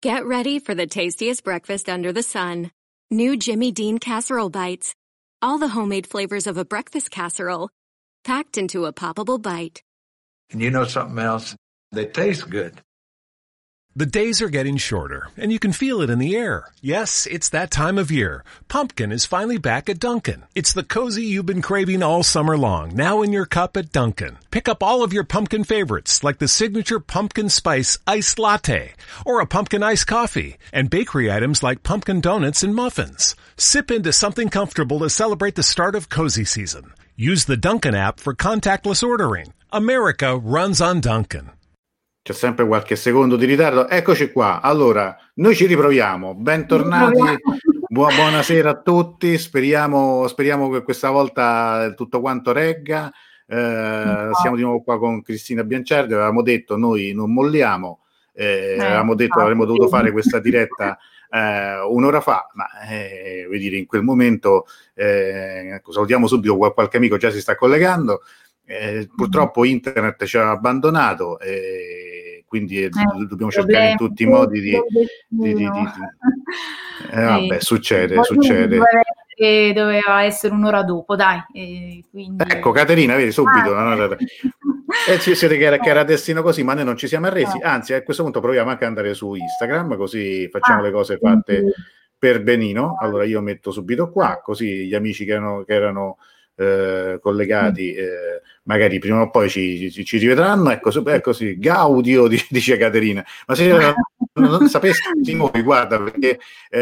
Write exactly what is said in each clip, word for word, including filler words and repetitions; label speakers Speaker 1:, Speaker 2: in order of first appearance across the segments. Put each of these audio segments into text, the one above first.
Speaker 1: Get ready for the tastiest breakfast under the sun. New Jimmy Dean Casserole Bites. All the homemade flavors of a breakfast casserole, packed into a poppable bite.
Speaker 2: And you know something else? They taste good.
Speaker 3: The days are getting shorter, and you can feel it in the air. Yes, it's that time of year. Pumpkin is finally back at Dunkin'. It's the cozy you've been craving all summer long, now in your cup at Dunkin'. Pick up all of your pumpkin favorites, like the signature pumpkin spice iced latte, or a pumpkin iced coffee, and bakery items like pumpkin donuts and muffins. Sip into something comfortable to celebrate the start of cozy season. Use the Dunkin' app for contactless ordering. America runs on Dunkin'.
Speaker 4: C'è sempre qualche secondo di ritardo. Eccoci qua. Allora, noi ci riproviamo. Bentornati. Bu- buonasera a tutti. Speriamo, speriamo che questa volta tutto quanto regga. Eh, siamo di nuovo qua con Cristina Biancerdi. Avevamo detto noi non molliamo. Eh, eh, avevamo detto che avremmo dovuto fare questa diretta eh, un'ora fa, ma eh, vuol dire in quel momento eh, salutiamo subito qualche amico già si sta collegando. Eh, purtroppo internet ci ha abbandonato e quindi eh, dobbiamo cercare in tutti i modi di, di, di, di, di... Eh, vabbè, succede, succede.
Speaker 5: Che doveva essere un'ora dopo, dai. E quindi...
Speaker 4: Ecco, Caterina, vedi subito. Ah, no, no, no. E ci siete che era, che era destino così, ma noi non ci siamo arresi. Anzi, a questo punto proviamo anche ad andare su Instagram, così facciamo ah, le cose fatte per benino. Allora io metto subito qua, così gli amici che erano, che erano eh, collegati eh, magari prima o poi ci, ci, ci rivedranno. Ecco, è così, Gaudio, dice Caterina. Ma se non, non sapessi voi, guarda, perché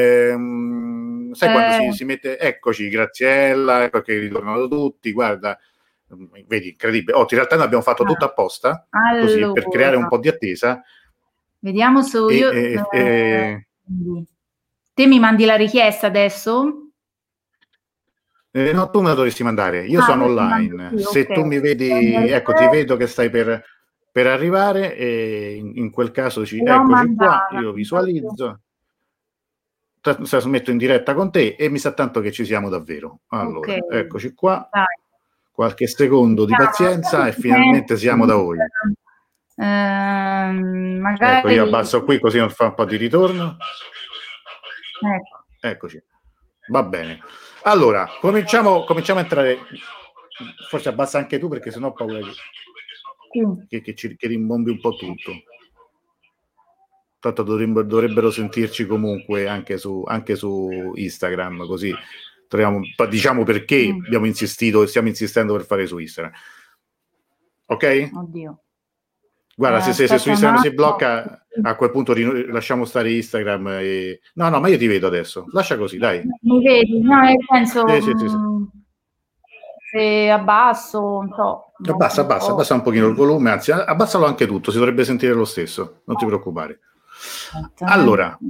Speaker 4: ehm, sai eh. quando si, si mette, eccoci, Graziella, ecco che ritornano tutti, guarda, vedi, incredibile. Oh, in realtà noi abbiamo fatto tutto apposta, allora, così, per creare un po' di attesa.
Speaker 5: Vediamo se
Speaker 4: e,
Speaker 5: io...
Speaker 4: E,
Speaker 5: eh,
Speaker 4: e...
Speaker 5: Te mi mandi la richiesta adesso?
Speaker 4: Eh, no, tu me la dovresti mandare, io ah, sono online. Io, se okay. tu mi vedi, ecco, ti vedo che stai per, per arrivare e in, in quel caso ci, eccoci mandata, qua, io visualizzo, T- metto in diretta con te e mi sa tanto che ci siamo davvero. Allora, okay. eccoci qua, dai. Qualche secondo di pazienza e finalmente siamo da voi.
Speaker 5: Eh, magari...
Speaker 4: Ecco, io abbasso qui così non fa un po' di ritorno.
Speaker 5: Ecco.
Speaker 4: Eccoci, va bene. Allora, cominciamo, cominciamo a entrare. Forse abbassa anche tu perché sennò ho paura che, mm. che, che, ci, che rimbombi un po' tutto. Tanto dovrebbero, dovrebbero sentirci comunque anche su, anche su Instagram, così troviamo, diciamo perché mm. abbiamo insistito e stiamo insistendo per fare su Instagram. Ok?
Speaker 5: Oddio.
Speaker 4: Guarda,
Speaker 5: eh,
Speaker 4: se, se, se su Instagram si blocca, a quel punto ri- lasciamo stare Instagram. E... No, no, ma io ti vedo adesso. Lascia così, dai.
Speaker 5: Mi vedi? No, nel senso,
Speaker 4: sì, sì, sì, sì.
Speaker 5: se abbasso, non so.
Speaker 4: Abbassa, abbassa, abbassa un pochino il volume, anzi, abbassalo anche tutto, si dovrebbe sentire lo stesso, non ti preoccupare.
Speaker 5: Aspetta,
Speaker 4: allora.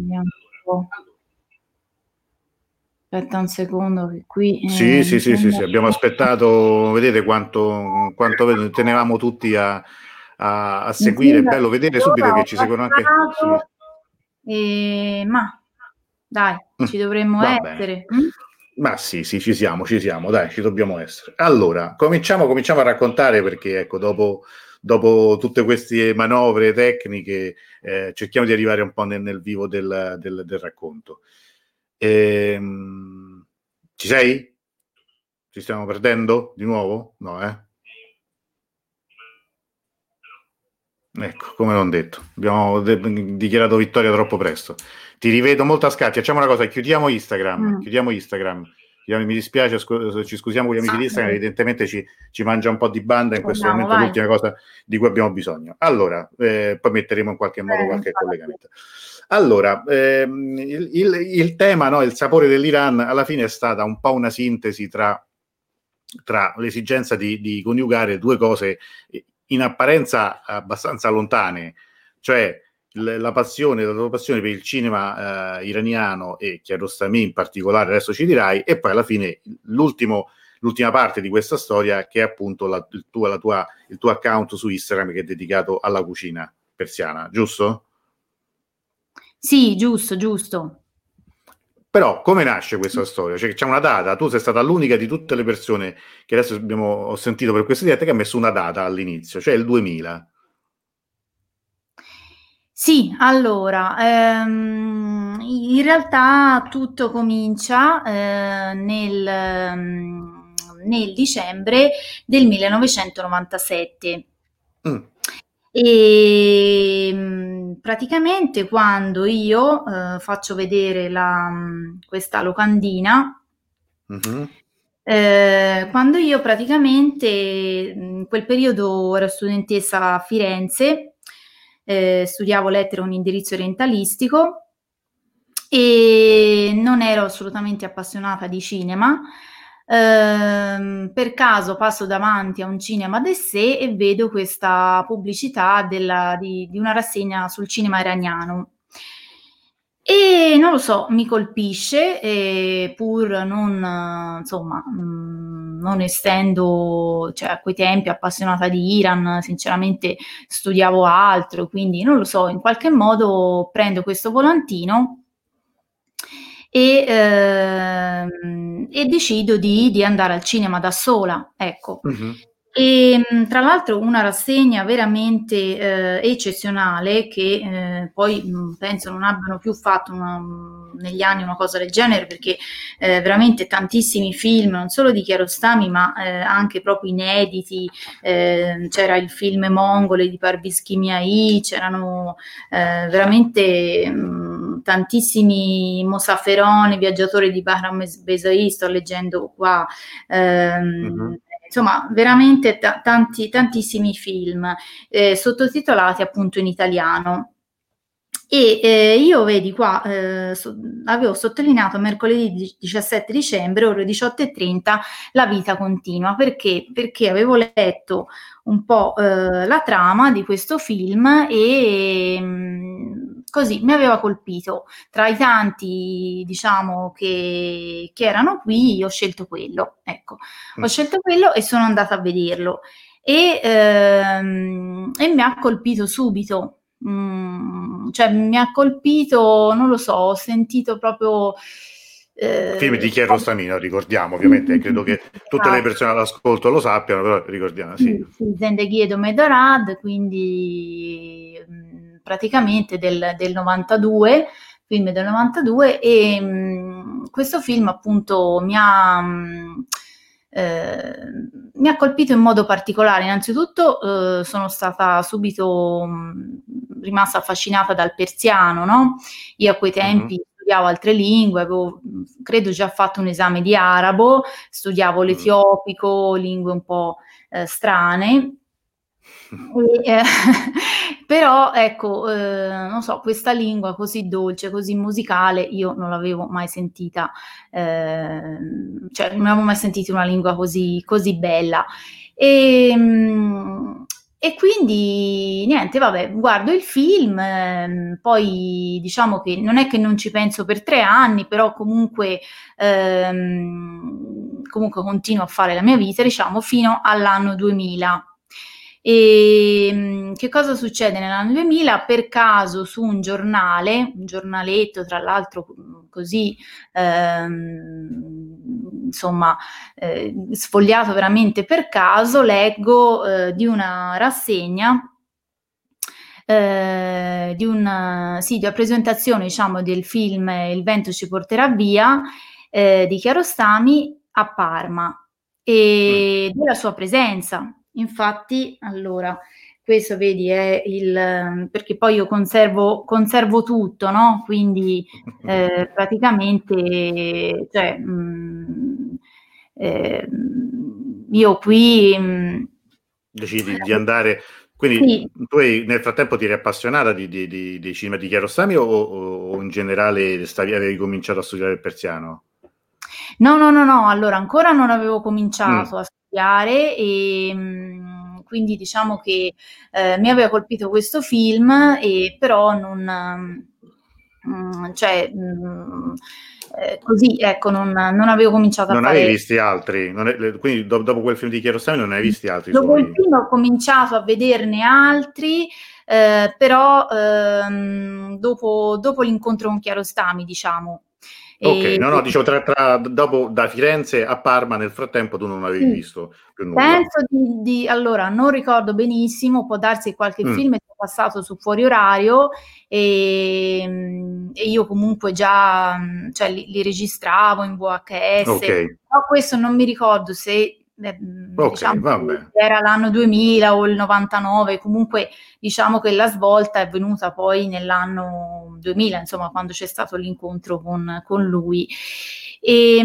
Speaker 5: Aspetta un secondo che qui...
Speaker 4: Sì, eh, sì, sì, sì, sì, abbiamo aspettato, vedete quanto, quanto tenevamo tutti a... A, a seguire, è bello vedere subito che ci seguono anche
Speaker 5: sì. e... ma dai, ci dovremmo
Speaker 4: Va
Speaker 5: essere
Speaker 4: mm? Ma sì, sì, ci siamo, ci siamo, dai, ci dobbiamo essere. Allora, cominciamo, cominciamo a raccontare perché ecco, dopo, dopo tutte queste manovre tecniche eh, cerchiamo di arrivare un po' nel, nel vivo del, del, del racconto. Ehm, ci sei? Ci stiamo perdendo di nuovo? No, eh? Ecco, come non detto, abbiamo de- dichiarato vittoria troppo presto. Ti rivedo molto a scatti. Facciamo una cosa, chiudiamo Instagram, mm. chiudiamo Instagram. Mi dispiace, scu- ci scusiamo con gli amici di Instagram, evidentemente ci, ci mangia un po' di banda in questo Andiamo, momento, vai. L'ultima cosa di cui abbiamo bisogno. Allora, eh, poi metteremo in qualche modo eh, qualche infatti. collegamento. Allora, ehm, il, il, il tema, no, il sapore dell'Iran, alla fine è stata un po' una sintesi tra, tra l'esigenza di, di coniugare due cose in apparenza abbastanza lontane, cioè la passione, la tua passione per il cinema eh, iraniano e Kiarostami in particolare, adesso ci dirai, e poi alla fine l'ultimo, l'ultima parte di questa storia che è appunto la, il, tuo, la tua, il tuo account su Instagram che è dedicato alla cucina persiana, giusto?
Speaker 5: Sì, giusto, giusto.
Speaker 4: Però come nasce questa storia? Cioè, c'è una data, tu sei stata l'unica di tutte le persone che adesso abbiamo, ho sentito per questa diretta che ha messo una data all'inizio, cioè il duemila.
Speaker 5: Sì, allora, ehm, in realtà tutto comincia eh, nel, ehm, nel dicembre del millenovecentonovantasette.
Speaker 4: Mm.
Speaker 5: E mh, praticamente quando io eh, faccio vedere la, mh, questa locandina,
Speaker 4: Mhm.
Speaker 5: eh, quando io praticamente mh, in quel periodo ero studentessa a Firenze, eh, studiavo lettere a un indirizzo orientalistico e non ero assolutamente appassionata di cinema. Ehm, per caso passo davanti a un cinema d'essè e vedo questa pubblicità della- di, di una rassegna sul cinema iraniano. E non lo so, mi colpisce, e pur non, eh, insomma, mh, non essendo, cioè, a quei tempi appassionata di Iran, sinceramente studiavo altro, quindi non lo so, in qualche modo prendo questo volantino e, ehm, e decido di, di andare al cinema da sola, ecco.
Speaker 4: Mhm.
Speaker 5: E mh, tra l'altro una rassegna veramente eh, eccezionale che eh, poi mh, penso non abbiano più fatto una- negli anni una cosa del genere, perché eh, veramente tantissimi film, non solo di Kiarostami ma eh, anche proprio inediti. Eh, c'era il film Mongole di Parviz Kimiai, c'erano eh, veramente mh, tantissimi Mosaferone, Viaggiatori di Bahram Besai, sto leggendo qua. ehm,
Speaker 4: Mhm.
Speaker 5: Insomma, veramente ta- tanti, tantissimi film eh, sottotitolati appunto in italiano. E eh, io vedi qua, eh, so- avevo sottolineato mercoledì di- diciassette dicembre, ore diciotto e trenta, La vita continua. Perché? Perché avevo letto un po' eh, la trama di questo film e mh, così mi aveva colpito. Tra i tanti, diciamo, che, che erano qui, ho scelto quello. Ecco, ho
Speaker 4: Mm.
Speaker 5: scelto quello e sono andata a vederlo. E, ehm, e mi ha colpito subito. Mm, cioè mi ha colpito, non lo so, ho sentito proprio
Speaker 4: Film di
Speaker 5: eh,
Speaker 4: Kiarostami, ricordiamo
Speaker 5: sì,
Speaker 4: ovviamente,
Speaker 5: sì, sì,
Speaker 4: credo
Speaker 5: sì,
Speaker 4: che tutte le
Speaker 5: esatto.
Speaker 4: persone all'ascolto lo sappiano, però ricordiamo, sì.
Speaker 5: Sì, sì, Zendeghi e Medorad, quindi mh, praticamente del, del novantadue, film del novantadue, e mh, questo film appunto mi ha, mh, eh, mi ha colpito in modo particolare. Innanzitutto eh, sono stata subito mh, rimasta affascinata dal persiano, no? Io a quei
Speaker 4: Mhm.
Speaker 5: tempi studiavo altre lingue, avevo mh, credo già fatto un esame di arabo, studiavo
Speaker 4: Mm.
Speaker 5: l'etiopico, lingue un po' eh, strane. E, eh, però ecco, eh, non so, questa lingua così dolce, così musicale, io non l'avevo mai sentita, eh, cioè non avevo mai sentito una lingua così, così bella. E, mm, e quindi niente, vabbè, guardo il film, ehm, poi diciamo che non è che non ci penso per tre anni, però comunque, ehm, comunque continuo a fare la mia vita, diciamo, fino all'anno duemila. E mh, che cosa succede nell'anno duemila? Per caso su un giornale, un giornaletto tra l'altro mh, così, ehm, insomma, eh, sfogliato veramente per caso, leggo eh, di una rassegna, eh, di una, sì, di una presentazione, diciamo, del film Il vento ci porterà via, eh, di Kiarostami a Parma
Speaker 4: Mm.
Speaker 5: e della sua presenza. Infatti, allora, questo vedi è il, perché poi io conservo, conservo tutto, no? Quindi eh, praticamente, cioè, mh, eh, io qui... mh,
Speaker 4: Decidi di andare, quindi
Speaker 5: sì,
Speaker 4: tu hai, nel frattempo ti eri appassionata di, di, di- dei cinema di Kiarostami o, o, o in generale stavi, avevi cominciato a studiare il persiano?
Speaker 5: no, no, no, no, allora ancora non avevo
Speaker 4: Mm.
Speaker 5: cominciato a studiare e mh, quindi diciamo che eh, mi aveva colpito questo film e però non, mh, cioè, mh, eh, così, ecco, non, non avevo cominciato a
Speaker 4: Non avevi
Speaker 5: fare.
Speaker 4: visti altri? Non è- quindi do- dopo quel film di Kiarostami non hai visti altri
Speaker 5: Dopo il
Speaker 4: suoi?
Speaker 5: film ho cominciato a vederne altri, eh, però ehm, dopo, dopo l'incontro con Kiarostami, diciamo.
Speaker 4: Ok,
Speaker 5: E,
Speaker 4: no, no, dicevo, tra, tra, dopo da Firenze a Parma, nel frattempo tu non avevi
Speaker 5: sì,
Speaker 4: visto più nulla.
Speaker 5: penso di, di allora non ricordo benissimo, può darsi che qualche
Speaker 4: Mm.
Speaker 5: film è passato su fuori orario e, e io comunque già cioè, li, li registravo in V H S,
Speaker 4: Ok,
Speaker 5: però questo non mi ricordo se eh,
Speaker 4: ok,
Speaker 5: diciamo
Speaker 4: vabbè.
Speaker 5: che era l'anno duemila o il novantanove, comunque diciamo che la svolta è venuta poi nell'anno duemila, insomma, quando c'è stato l'incontro con, con lui. E,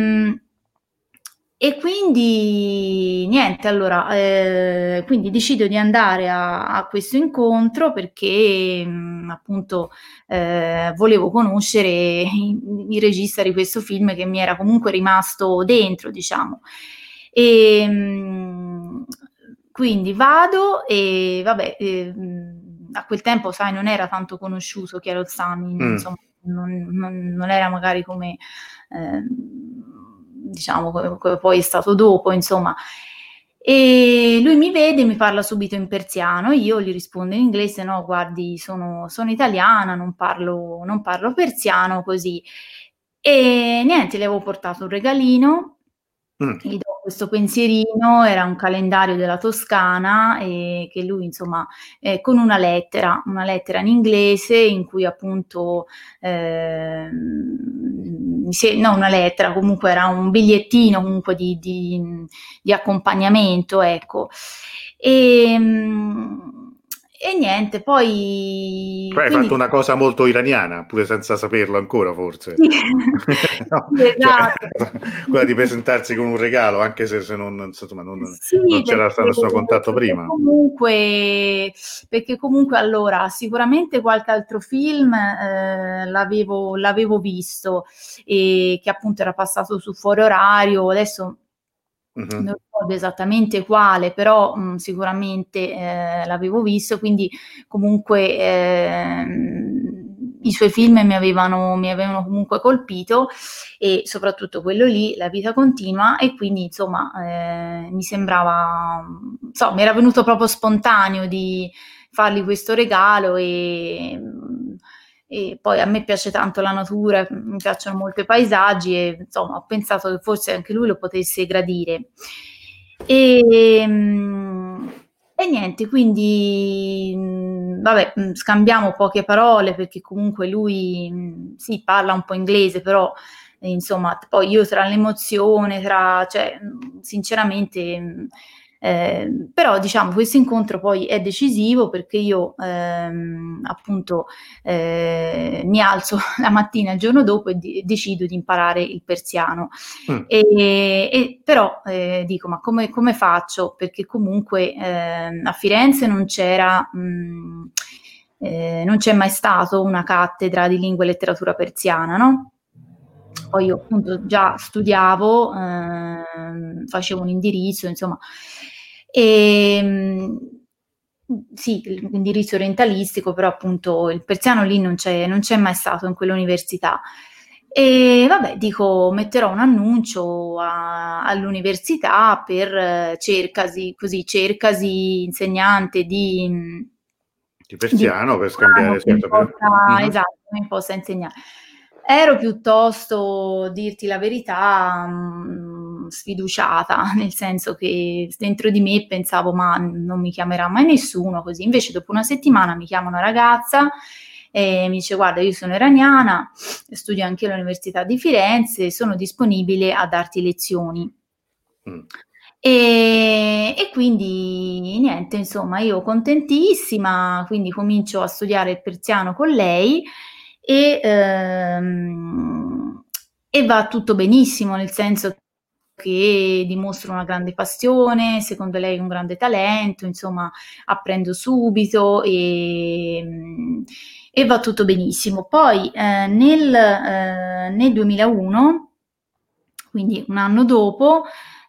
Speaker 5: e quindi niente, allora, eh, quindi decido di andare a, a questo incontro perché mh, appunto eh, volevo conoscere il, il regista di questo film che mi era comunque rimasto dentro, diciamo. E, mh, quindi vado e vabbè, eh, a quel tempo, sai, non era tanto conosciuto Kiarostami,
Speaker 4: Mm.
Speaker 5: insomma, non, non, non era magari come... Eh, diciamo come, come poi è stato dopo, insomma. E lui mi vede e mi parla subito in persiano, io gli rispondo in inglese, no, guardi, sono, sono italiana, non parlo, non parlo persiano, così. E niente, le avevo portato un regalino,
Speaker 4: Mm.
Speaker 5: gli do questo pensierino, era un calendario della Toscana e che lui insomma eh, con una lettera, una lettera in inglese in cui appunto eh, no una lettera, comunque era un bigliettino comunque di, di, di accompagnamento, ecco. E, e niente, poi
Speaker 4: Poi hai
Speaker 5: quindi
Speaker 4: fatto una cosa molto iraniana, pure senza saperlo ancora, forse.
Speaker 5: sì,
Speaker 4: No,
Speaker 5: sì, esatto.
Speaker 4: cioè, quella di presentarsi con un regalo, anche se, se non, insomma, non,
Speaker 5: Sì,
Speaker 4: non c'era
Speaker 5: perché,
Speaker 4: stato nessun contatto
Speaker 5: perché
Speaker 4: prima.
Speaker 5: comunque, perché comunque allora sicuramente qualche altro film eh, l'avevo, l'avevo visto e che appunto era passato su fuori orario, adesso
Speaker 4: Mm-hmm.
Speaker 5: non ricordo esattamente quale, però mh, sicuramente eh, l'avevo visto, quindi comunque eh, i suoi film mi avevano, mi avevano comunque colpito e soprattutto quello lì, La vita continua, e quindi insomma eh, mi sembrava, insomma, mi era venuto proprio spontaneo di fargli questo regalo e... E poi a me piace tanto la natura, mi piacciono molto i paesaggi e insomma ho pensato che forse anche lui lo potesse gradire. E, e niente, quindi vabbè, scambiamo poche parole perché comunque lui sì, parla un po' inglese, però insomma poi io tra l'emozione, tra, cioè sinceramente... Eh, però diciamo questo incontro poi è decisivo perché io ehm, appunto eh, mi alzo la mattina il giorno dopo e di- decido di imparare il persiano.
Speaker 4: Mm.
Speaker 5: E, e però eh, dico ma come, come faccio? Perché comunque eh, a Firenze non c'era mh, eh, non c'è mai stato una cattedra di lingua e letteratura persiana, no? Poi io appunto già studiavo, ehm, facevo un indirizzo, insomma, e mh, sì, l'indirizzo orientalistico, però appunto il persiano lì non c'è, non c'è mai stato in quell'università. E vabbè, dico, metterò un annuncio a- all'università per eh, cercasi, così, cercasi insegnante di, mh,
Speaker 4: Di
Speaker 5: di
Speaker 4: persiano per
Speaker 5: persiano
Speaker 4: scambiare,
Speaker 5: che mi
Speaker 4: certo, per...
Speaker 5: possa,
Speaker 4: Mhm.
Speaker 5: esatto, che mi possa insegnare. Ero piuttosto, dirti la verità, mh, sfiduciata, nel senso che dentro di me pensavo, ma non mi chiamerà mai nessuno, così. Invece dopo una settimana mi chiama una ragazza e mi dice, guarda, io sono iraniana, studio anche all'Università di Firenze, sono disponibile a darti lezioni.
Speaker 4: Mm.
Speaker 5: E, e quindi niente, insomma, io contentissima, quindi comincio a studiare il persiano con lei e, ehm, e va tutto benissimo, nel senso che dimostro una grande passione, secondo lei un grande talento, insomma, apprendo subito e, e va tutto benissimo. Poi eh, nel, eh, nel duemilauno, quindi un anno dopo,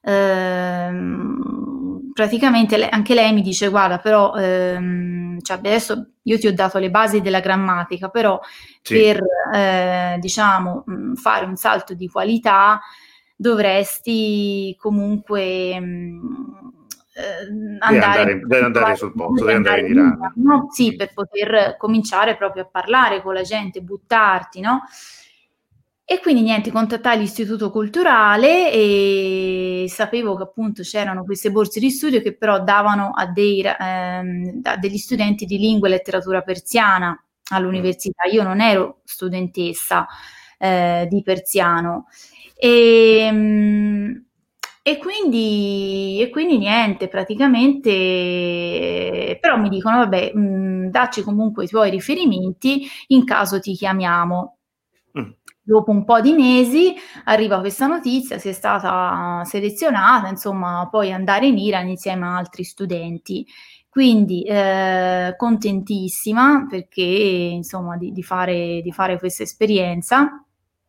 Speaker 5: ehm, praticamente le- anche lei mi dice, guarda, però ehm, cioè, adesso io ti ho dato le basi della grammatica, però
Speaker 4: Sì.
Speaker 5: per eh, diciamo mh, fare un salto di qualità dovresti comunque mh, eh,
Speaker 4: Devi
Speaker 5: andare,
Speaker 4: andare, devi andare sul posto, devi andare in
Speaker 5: in
Speaker 4: Iran.
Speaker 5: Iran, no? Sì, per poter cominciare proprio a parlare con la gente, buttarti, no? E quindi niente, contattai l'istituto culturale e sapevo che appunto c'erano queste borse di studio che però davano a, dei, ehm, a degli studenti di lingua e letteratura persiana all'università. Io non ero studentessa eh, di persiano. E, e, quindi, e quindi niente, praticamente, però mi dicono, vabbè, mh, dacci comunque i tuoi riferimenti, in caso ti chiamiamo. Mm. Dopo un po' di mesi arriva questa notizia, sei stata selezionata, insomma, puoi andare in Iran insieme a altri studenti. Quindi eh, contentissima perché, insomma, di, di, fare, di fare questa esperienza.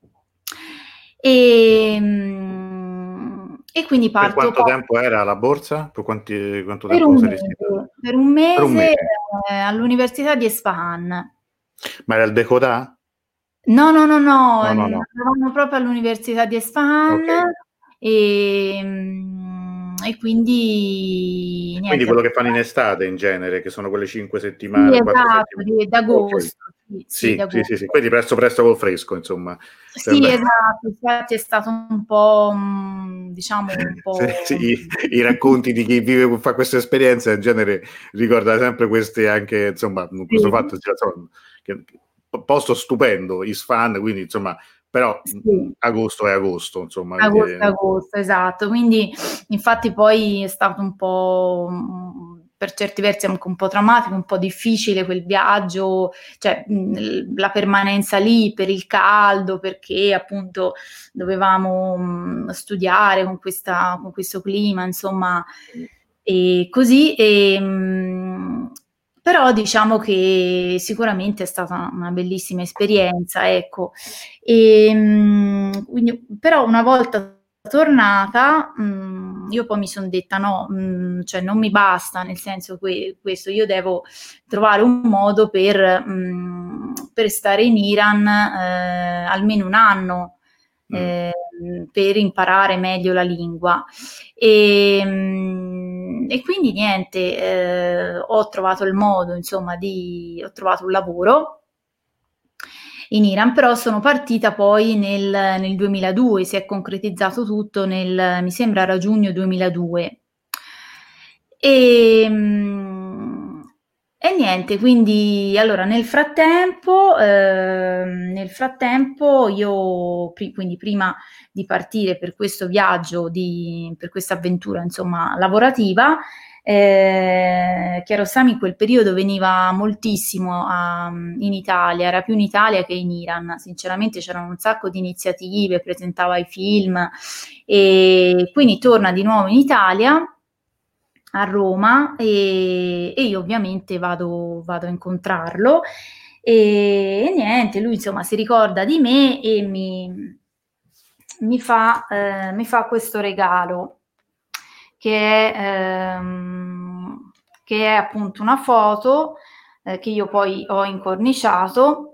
Speaker 5: E, e quindi parto.
Speaker 4: Per quanto tempo era la borsa? Per, quanti, quanto
Speaker 5: per
Speaker 4: tempo
Speaker 5: un
Speaker 4: sei
Speaker 5: mese, per un mese, per un mese. Eh, all'Università di Esfahan.
Speaker 4: Ma era il Decoda?
Speaker 5: No, no, no, no,
Speaker 4: no, no, no.
Speaker 5: Eravamo proprio all'Università di Esfahan. Okay. E, e quindi niente.
Speaker 4: Quindi quello che fanno in estate in genere, che sono quelle cinque settimane.
Speaker 5: Sì, esatto, di, d'agosto.
Speaker 4: Okay. Sì, sì, sì, sì, sì, quindi presto presto col fresco, insomma.
Speaker 5: Sì, sembra... esatto, infatti è stato un po', diciamo, un po'...
Speaker 4: sì, sì, i, i racconti di chi vive fa questa esperienza in genere ricorda sempre queste anche, insomma, questo sì. fatto, insomma, che, posto stupendo, Isfahan, quindi insomma, però sì. agosto è agosto, insomma.
Speaker 5: Agosto è agosto, esatto, quindi infatti poi è stato un po'... per certi versi anche un po' traumatico, un po' difficile quel viaggio, cioè mh, la permanenza lì per il caldo, perché appunto dovevamo mh, studiare con, questa, con questo clima, insomma, e così. E, mh, però diciamo che sicuramente è stata una bellissima esperienza, ecco. E, mh, quindi, però una volta tornata mh, io poi mi sono detta no, mh, cioè non mi basta, nel senso que- questo io devo trovare un modo per, mh, per stare in Iran eh, almeno un anno eh, mm. per imparare meglio la lingua e, mh, e quindi niente eh, ho trovato il modo, insomma, di ho trovato un lavoro in Iran, però sono partita poi nel, nel duemiladue, si è concretizzato tutto nel, mi sembra era giugno duemiladue. E, e niente, quindi allora nel frattempo, eh, nel frattempo io, pri- quindi prima di partire per questo viaggio, di, per questa avventura insomma lavorativa, Eh, Kiarostami in quel periodo veniva moltissimo a, in Italia, era più in Italia che in Iran, sinceramente c'erano un sacco di iniziative, presentava i film e quindi torna di nuovo in Italia a Roma e, e io ovviamente vado, vado a incontrarlo e, e niente, lui insomma si ricorda di me e mi, mi, fa, eh, mi fa questo regalo che è, ehm, che è appunto una foto eh, che io poi ho incorniciato.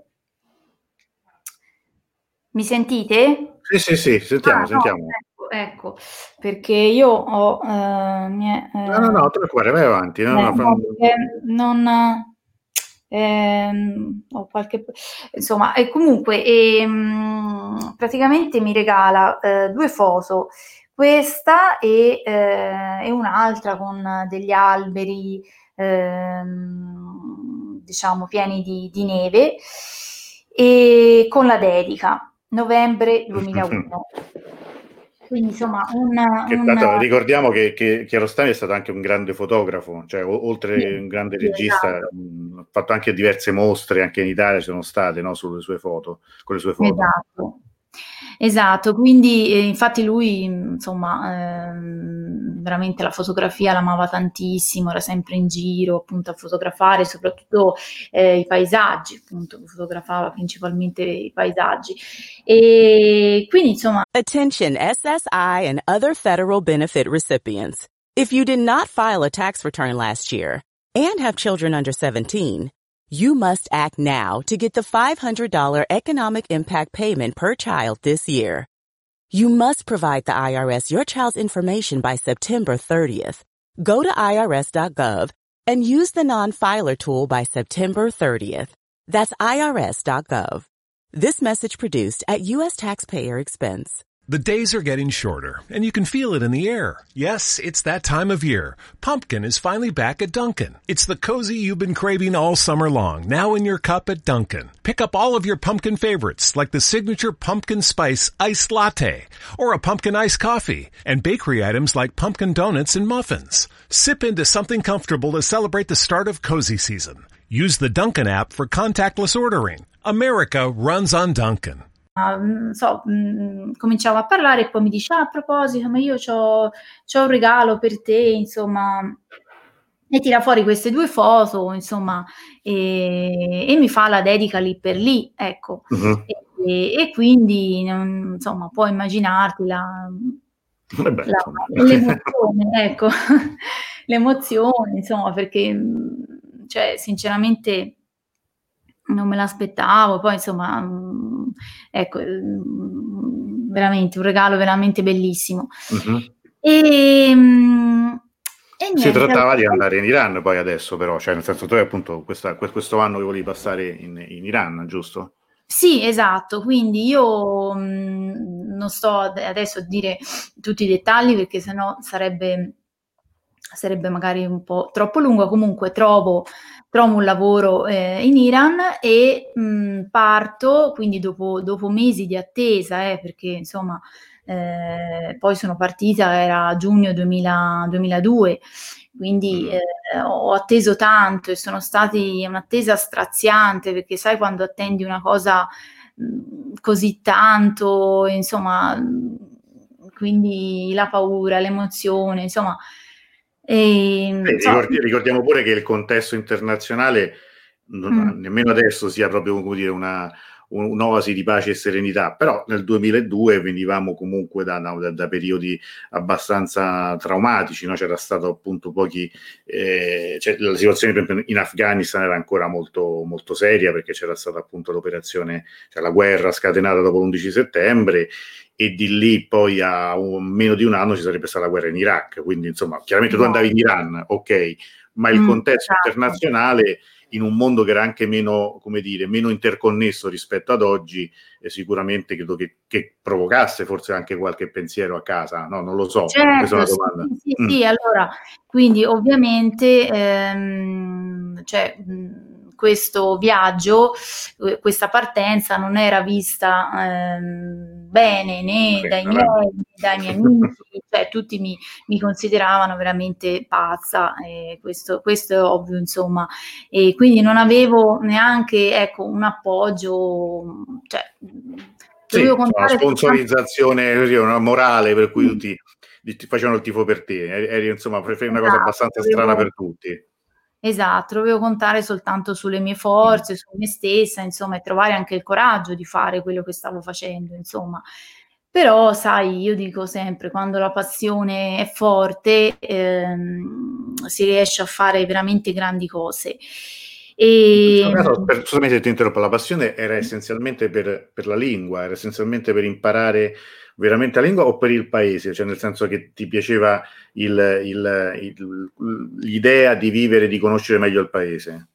Speaker 5: Mi sentite?
Speaker 4: Sì, sì, sì, sentiamo, ah, sentiamo.
Speaker 5: No, ecco, ecco, perché io ho... Eh, mie, eh,
Speaker 4: no, no, no, tranquillo, vai avanti. No,
Speaker 5: eh,
Speaker 4: no, no,
Speaker 5: non... Ehm, ho qualche... Insomma, e comunque ehm, praticamente mi regala eh, due foto. Questa e, eh, e un'altra con degli alberi, ehm, diciamo, pieni di, di neve, e con la dedica, novembre duemilauno. Quindi insomma un,
Speaker 4: che,
Speaker 5: un...
Speaker 4: tanto, ricordiamo che, che Kiarostami è stato anche un grande fotografo, cioè o, oltre sì, un grande sì, regista, esatto. mh, ha fatto anche diverse mostre, anche in Italia ci sono state, no, sulle sue foto, con le sue foto.
Speaker 5: Esatto. Esatto, quindi eh, infatti lui insomma ehm, veramente la fotografia l'amava tantissimo, era sempre in giro appunto a fotografare soprattutto eh, i paesaggi, appunto fotografava principalmente i paesaggi e quindi insomma.
Speaker 6: Attention S S I and other federal benefit recipients. If you did not file a tax return last year and have children under seventeen, you must act now to get the five hundred dollars economic impact payment per child this year. You must provide the I R S your child's information by September thirtieth. Go to I R S dot gov and use the non-filer tool by September thirtieth. That's I R S dot gov. This message produced at U S taxpayer expense.
Speaker 3: The days are getting shorter, and you can feel it in the air. Yes, it's that time of year. Pumpkin is finally back at Dunkin'. It's the cozy you've been craving all summer long, now in your cup at Dunkin'. Pick up all of your pumpkin favorites, like the signature pumpkin spice iced latte, or a pumpkin iced coffee, and bakery items like pumpkin donuts and muffins. Sip into something comfortable to celebrate the start of cozy season. Use the Dunkin' app for contactless ordering. America runs on Dunkin'.
Speaker 5: Uh, so, mh, cominciamo a parlare e poi mi dice: ah, a proposito, ma io c'ho, c'ho un regalo per te, insomma, e tira fuori queste due foto, insomma, e, e mi fa la dedica lì per lì, ecco.
Speaker 4: Mhm.
Speaker 5: E, e quindi, non- insomma, puoi immaginarti la,
Speaker 4: Vabbè,
Speaker 5: la-
Speaker 4: insomma.
Speaker 5: l'emozione, ecco, l'emozione, insomma, perché, mh, cioè, sinceramente non me l'aspettavo, poi insomma, mh, ecco, mh, veramente un regalo veramente bellissimo.
Speaker 4: Mhm.
Speaker 5: E, mh, e
Speaker 4: Si
Speaker 5: niente,
Speaker 4: trattava di
Speaker 5: allora-
Speaker 4: andare in Iran poi adesso, però, cioè nel senso tu appunto questa- que- questo anno che volevi passare in, in Iran, giusto?
Speaker 5: Sì, esatto, quindi io mh, non sto ad- adesso a dire tutti i dettagli perché sennò sarebbe, sarebbe magari un po' troppo lungo. Comunque trovo, trovo un lavoro eh, in Iran e mh, parto, quindi dopo, dopo mesi di attesa, eh, perché insomma eh, poi sono partita, era giugno duemila duemiladue, quindi
Speaker 4: Mm.
Speaker 5: eh, ho atteso tanto e sono stati un'attesa straziante perché sai quando attendi una cosa mh, così tanto, insomma, mh, quindi la paura, l'emozione, insomma, e,
Speaker 4: Eh,
Speaker 5: so-
Speaker 4: ricordi- ricordiamo pure che il contesto internazionale non-
Speaker 5: Mm.
Speaker 4: nemmeno adesso sia proprio come dire una, un- un'oasi di pace e serenità, però nel duemiladue venivamo comunque da, da- da periodi abbastanza traumatici, no? C'era stato appunto pochi, eh, cioè, la situazione per esempio in Afghanistan era ancora molto, molto seria perché c'era stata appunto l'operazione, cioè la guerra scatenata dopo l'undici settembre, e di lì poi a un, meno di un anno ci sarebbe stata la guerra in Iraq, quindi insomma chiaramente tu andavi in Iran, ok, ma il
Speaker 5: Mm,
Speaker 4: contesto
Speaker 5: esatto.
Speaker 4: internazionale in un mondo che era anche meno, come dire, meno interconnesso rispetto ad oggi, eh, sicuramente credo che, che provocasse forse anche qualche pensiero a casa, no? Non lo so, questa è
Speaker 5: Certo,
Speaker 4: una
Speaker 5: sì,
Speaker 4: domanda.
Speaker 5: sì, sì,
Speaker 4: Mm.
Speaker 5: sì, allora, quindi ovviamente ehm, cioè, mh, questo viaggio, eh, questa partenza non era vista ehm, bene né
Speaker 4: Sì,
Speaker 5: dai
Speaker 4: vabbè.
Speaker 5: miei né dai miei amici, cioè tutti mi, mi consideravano veramente pazza, e questo, questo è ovvio, insomma, e quindi non avevo neanche, ecco, un appoggio, cioè,
Speaker 4: Sì,
Speaker 5: dovevo
Speaker 4: insomma, una
Speaker 5: contare soltanto-
Speaker 4: sponsorizzazione così, una morale per cui tutti ti facevano il tifo per te, eri, eri, insomma preferi una cosa
Speaker 5: Esatto,
Speaker 4: abbastanza
Speaker 5: dovevo-
Speaker 4: strana per tutti.
Speaker 5: Esatto, dovevo contare soltanto sulle mie forze, su me stessa, insomma, e trovare anche il coraggio di fare quello che stavo facendo, insomma. Però, sai, io dico sempre, quando la passione è forte, ehm, si riesce a fare veramente grandi cose.
Speaker 4: In
Speaker 5: E,
Speaker 4: questo caso, per, scusami se ti interrompo, la passione era essenzialmente per, per la lingua, era essenzialmente per imparare veramente la lingua o per il paese, cioè nel senso che ti piaceva il- il- il- l'idea di vivere, di conoscere meglio il paese?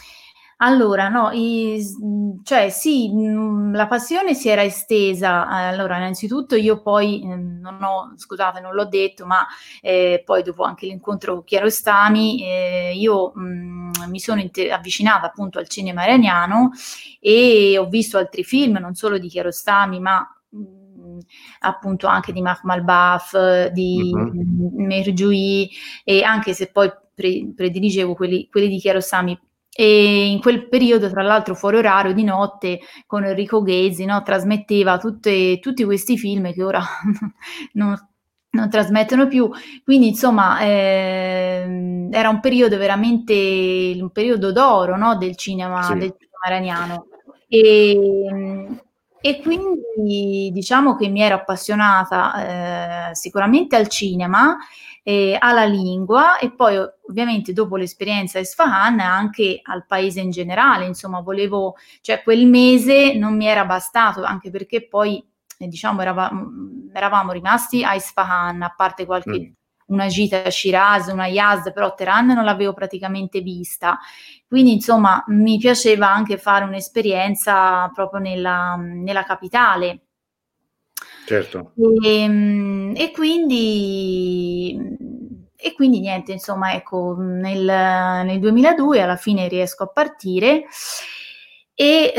Speaker 5: Allora, no, i- cioè sì, mh, la passione si era estesa. eh, Allora, innanzitutto io poi, ehm, non ho, scusate, non l'ho detto, ma eh, poi dopo anche l'incontro con Kiarostami, eh, io mh, mi sono inter- avvicinata appunto al cinema iraniano e ho visto altri film, non solo di Kiarostami, ma mh, appunto anche di Mahmoud Baf, di
Speaker 4: Mhm.
Speaker 5: mh, Merjoui, e anche se poi pre- prediligevo quelli, quelli di Kiarostami. E in quel periodo, tra l'altro, fuori orario di notte con Enrico Ghezzi, no, trasmetteva tutte- tutti questi film che ora non, non trasmettono più. Quindi, insomma, ehm, era un periodo veramente, un periodo d'oro, no, del cinema,
Speaker 4: Sì.
Speaker 5: del cinema iraniano. E, e quindi diciamo che mi ero appassionata eh, sicuramente al cinema, eh, alla lingua e poi ovviamente dopo l'esperienza a Isfahan anche al paese in generale, insomma volevo, cioè quel mese non mi era bastato, anche perché poi eh, diciamo eravamo, eravamo rimasti a Isfahan, a parte qualche
Speaker 4: Mm.
Speaker 5: una gita a Shiraz, una Yazd, però Teheran non l'avevo praticamente vista. Quindi insomma mi piaceva anche fare un'esperienza proprio nella, nella capitale.
Speaker 4: Certo.
Speaker 5: E, e quindi e quindi niente, insomma, ecco, nel, nel duemiladue alla fine riesco a partire e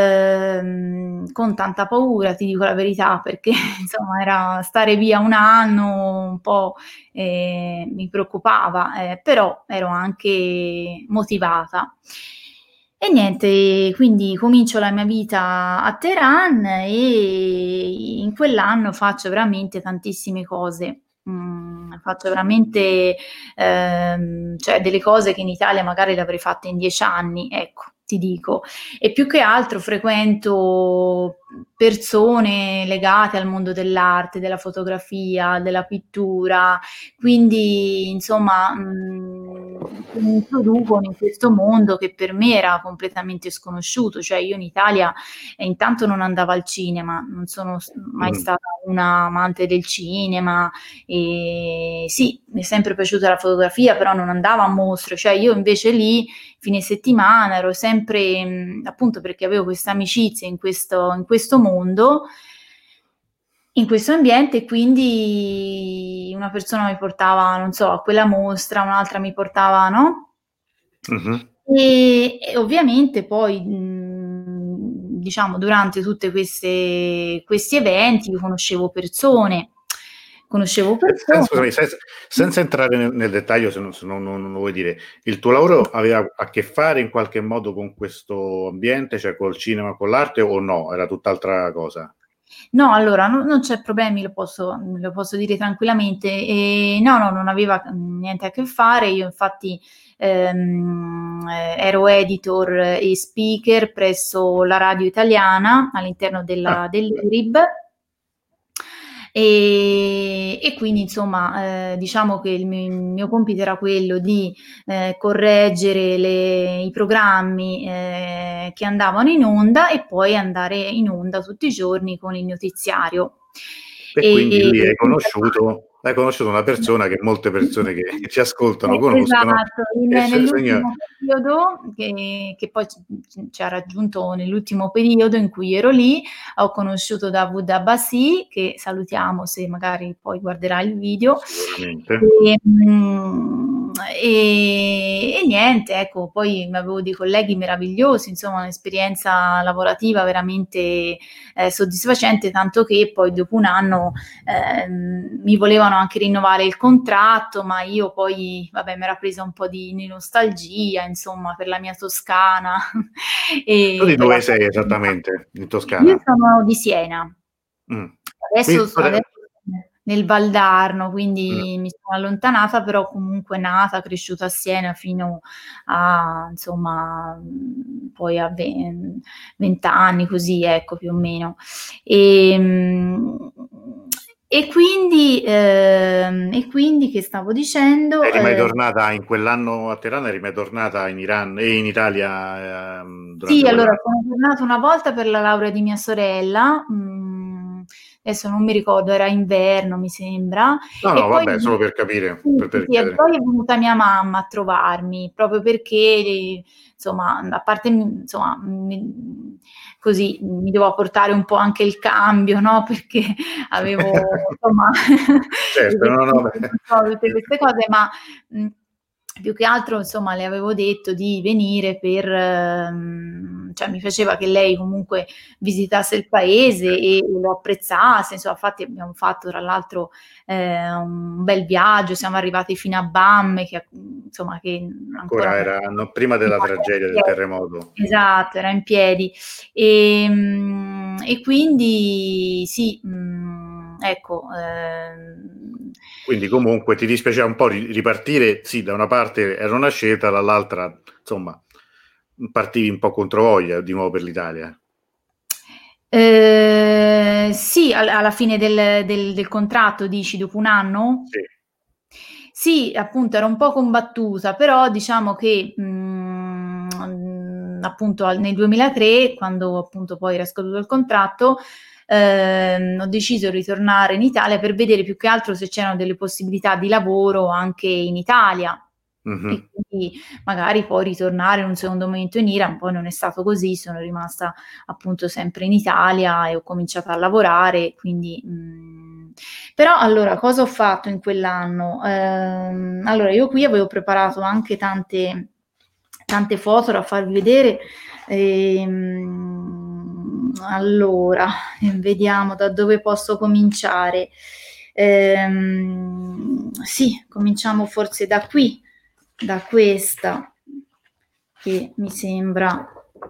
Speaker 5: ehm, con tanta paura, ti dico la verità, perché insomma era stare via un anno un po' eh, mi preoccupava, eh, però ero anche motivata. E niente, quindi comincio la mia vita a Teheran e in quell'anno faccio veramente tantissime cose. Mm, faccio veramente ehm, cioè delle cose che in Italia magari le avrei fatte in dieci anni, ecco, ti dico. E più che altro frequento persone legate al mondo dell'arte, della fotografia, della pittura, quindi insomma mh, mi introducono in questo mondo che per me era completamente sconosciuto, cioè io in Italia eh, intanto non andavo al cinema, non sono mai
Speaker 4: Mm.
Speaker 5: stata una amante del cinema, e sì, mi è sempre piaciuta la fotografia, però non andavo a mostre, cioè io invece lì fine settimana ero sempre, mh, appunto perché avevo questa amicizia in questo, in questo mondo, in questo ambiente, quindi una persona mi portava, non so, a quella mostra, un'altra mi portava, no?
Speaker 4: Mhm.
Speaker 5: E, e ovviamente poi, mh, diciamo, durante tutti questi eventi io conoscevo persone, conoscevo
Speaker 4: Eh,
Speaker 5: persone.
Speaker 4: Scusami, senza, senza entrare nel, nel dettaglio, se, non, se non, non, non lo vuoi dire, il tuo lavoro aveva a che fare in qualche modo con questo ambiente, cioè col cinema, con l'arte, o no? Era tutt'altra cosa?
Speaker 5: No, allora no, non c'è problemi, lo posso, lo posso dire tranquillamente. E no, no, non aveva mm, niente a che fare. Io infatti ehm, eh, ero editor e speaker presso la radio italiana all'interno della,
Speaker 4: Ah,
Speaker 5: dell'I R I B. E, e quindi insomma eh, diciamo che il mio, il mio compito era quello di eh, correggere le, i programmi eh, che andavano in onda e poi andare in onda tutti i giorni con il notiziario.
Speaker 4: e quindi
Speaker 5: E,
Speaker 4: lì hai
Speaker 5: e
Speaker 4: conosciuto, hai conosciuto una persona che molte persone che, che ci ascoltano
Speaker 5: Eh,
Speaker 4: conoscono.
Speaker 5: esatto, in-
Speaker 4: E se- segna-
Speaker 5: nell'ultimo periodo che, che poi ci, ci ha raggiunto nell'ultimo periodo in cui ero lì, ho conosciuto Dawood Abbasi, che salutiamo se magari poi guarderà il video.
Speaker 4: Sicuramente.
Speaker 5: E, mm, e- e niente, ecco, poi avevo dei colleghi meravigliosi, insomma, un'esperienza lavorativa veramente eh, soddisfacente, tanto che poi dopo un anno ehm, mi volevano anche rinnovare il contratto, ma io poi, vabbè, mi era presa un po' di, di nostalgia, insomma, per la mia Toscana. E
Speaker 4: Tu di
Speaker 5: per la
Speaker 4: dove sei esattamente in
Speaker 5: Io
Speaker 4: Toscana?
Speaker 5: sono di Siena.
Speaker 4: Mm.
Speaker 5: Adesso,
Speaker 4: Quindi,
Speaker 5: adesso nel Valdarno,
Speaker 4: mm.
Speaker 5: quindi mi sono allontanata, però comunque nata, cresciuta a Siena fino a, insomma, mh, poi a venti anni, così, ecco, più o meno. E, mh, e quindi, ehm, e quindi che stavo dicendo?
Speaker 4: Eri mai
Speaker 5: Eh,
Speaker 4: tornata in quell'anno a Teheran? Eri mai tornata in Iran e in Italia ehm, durante
Speaker 5: Sì, allora
Speaker 4: quell'anno?
Speaker 5: sono tornata una volta per la laurea di mia sorella, mm, adesso non mi ricordo, era inverno mi sembra,
Speaker 4: No,
Speaker 5: e
Speaker 4: no,
Speaker 5: poi,
Speaker 4: vabbè, solo per capire,
Speaker 5: sì,
Speaker 4: per,
Speaker 5: sì,
Speaker 4: per
Speaker 5: sì, e
Speaker 4: chiedere.
Speaker 5: poi è venuta mia mamma a trovarmi, proprio perché, insomma, a parte, insomma, mi- così mi dovevo portare un po' anche il cambio, no? Perché avevo, insomma, i
Speaker 4: Certo, no, no,
Speaker 5: vestiti,
Speaker 4: beh.
Speaker 5: non so, tutte queste cose, ma mh, più che altro, insomma, le avevo detto di venire per, ehm, cioè mi piaceva che lei comunque visitasse il paese e lo apprezzasse, insomma, infatti abbiamo fatto tra l'altro eh, un bel viaggio, siamo arrivati fino a Bam, che insomma, che ancora
Speaker 4: Ancora era no, prima della tragedia del terremoto.
Speaker 5: esatto, era in piedi. E, mm, e quindi sì, mm, ecco, ehm,
Speaker 4: Quindi comunque ti dispiaceva un po' ri- ripartire, sì, da una parte era una scelta, dall'altra, insomma, partivi un po' controvoglia di nuovo per l'Italia.
Speaker 5: Eh, sì, al- alla fine del, del- del contratto, dici, dopo un anno?
Speaker 4: Sì.
Speaker 5: Sì, appunto, era un po' combattuta, però diciamo che mh, appunto al, nel duemilatré, quando appunto poi era scaduto il contratto, ehm, ho deciso di ritornare in Italia per vedere più che altro se c'erano delle possibilità di lavoro anche in Italia. Mm-hmm. E quindi magari poi ritornare in un secondo momento in Iran. Poi non è stato così, sono rimasta appunto sempre in Italia e ho cominciato a lavorare, quindi mh. Però allora cosa ho fatto in quell'anno? Ehm, allora io qui avevo preparato anche tante tante foto da farvi vedere, ehm, allora vediamo da dove posso cominciare. Ehm, sì, cominciamo forse da qui, da questa, che mi sembra.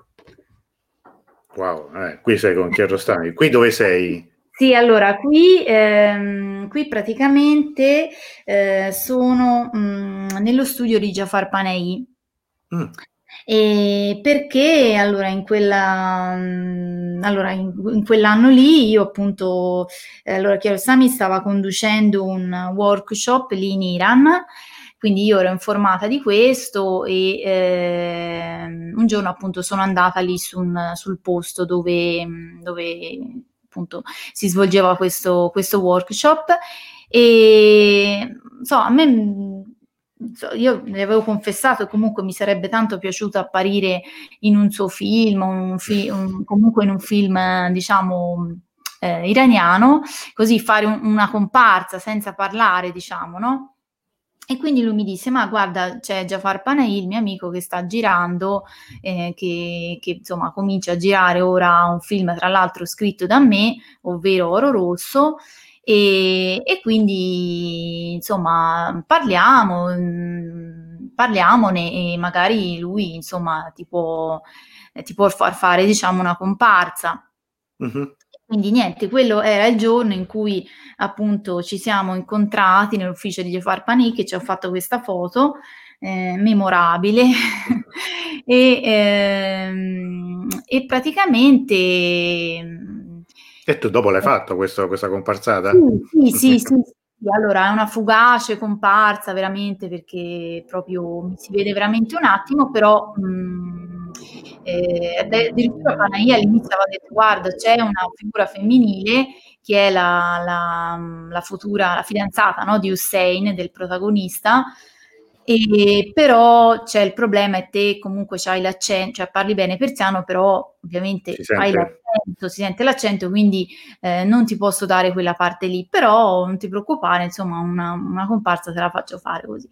Speaker 4: Wow, eh, qui sei con Kiarostami. Qui dove sei?
Speaker 5: Sì, allora qui, ehm, qui praticamente eh, sono mh, nello studio di Jafar Panahi. Mm. E perché allora in quella mh, allora in, in quell'anno lì io appunto eh, allora Kiarostami stava conducendo un workshop lì in Iran. Quindi io ero informata di questo e eh, un giorno appunto sono andata lì su un, sul posto dove, dove appunto si svolgeva questo, questo workshop e so, a me so, io le avevo confessato che comunque mi sarebbe tanto piaciuto apparire in un suo film, un fi- un, comunque in un film diciamo eh, iraniano, così fare un, una comparsa senza parlare, diciamo, no? E quindi lui mi disse, ma guarda, c'è Jafar Panahi, il mio amico, che sta girando, eh, che, che insomma comincia a girare ora un film, tra l'altro scritto da me, ovvero Oro Rosso, e, e quindi insomma parliamo, mh, parliamone e magari lui insomma ti può, eh, ti può far fare diciamo una comparsa. Mm-hmm. Quindi niente, quello era il giorno in cui appunto ci siamo incontrati nell'ufficio di Jafar Panahi, che ci ho fatto questa foto eh, memorabile e, ehm, e praticamente
Speaker 4: e tu dopo l'hai fatto questo, questa comparsata?
Speaker 5: Sì, sì, sì, sì, sì. Allora è una fugace comparsa veramente, perché proprio mi si vede veramente un attimo, però mh, eh, addirittura Panahi all'inizio aveva detto guarda c'è una figura femminile che è la, la, la futura, la fidanzata, no, di Hussein, del protagonista, e però c'è il problema e te comunque c'hai l'accento, cioè parli bene persiano, però ovviamente
Speaker 4: si
Speaker 5: hai
Speaker 4: sente.
Speaker 5: l'accento, si sente l'accento, quindi eh, non ti posso dare quella parte lì, però non ti preoccupare, insomma una, una comparsa te la faccio fare così.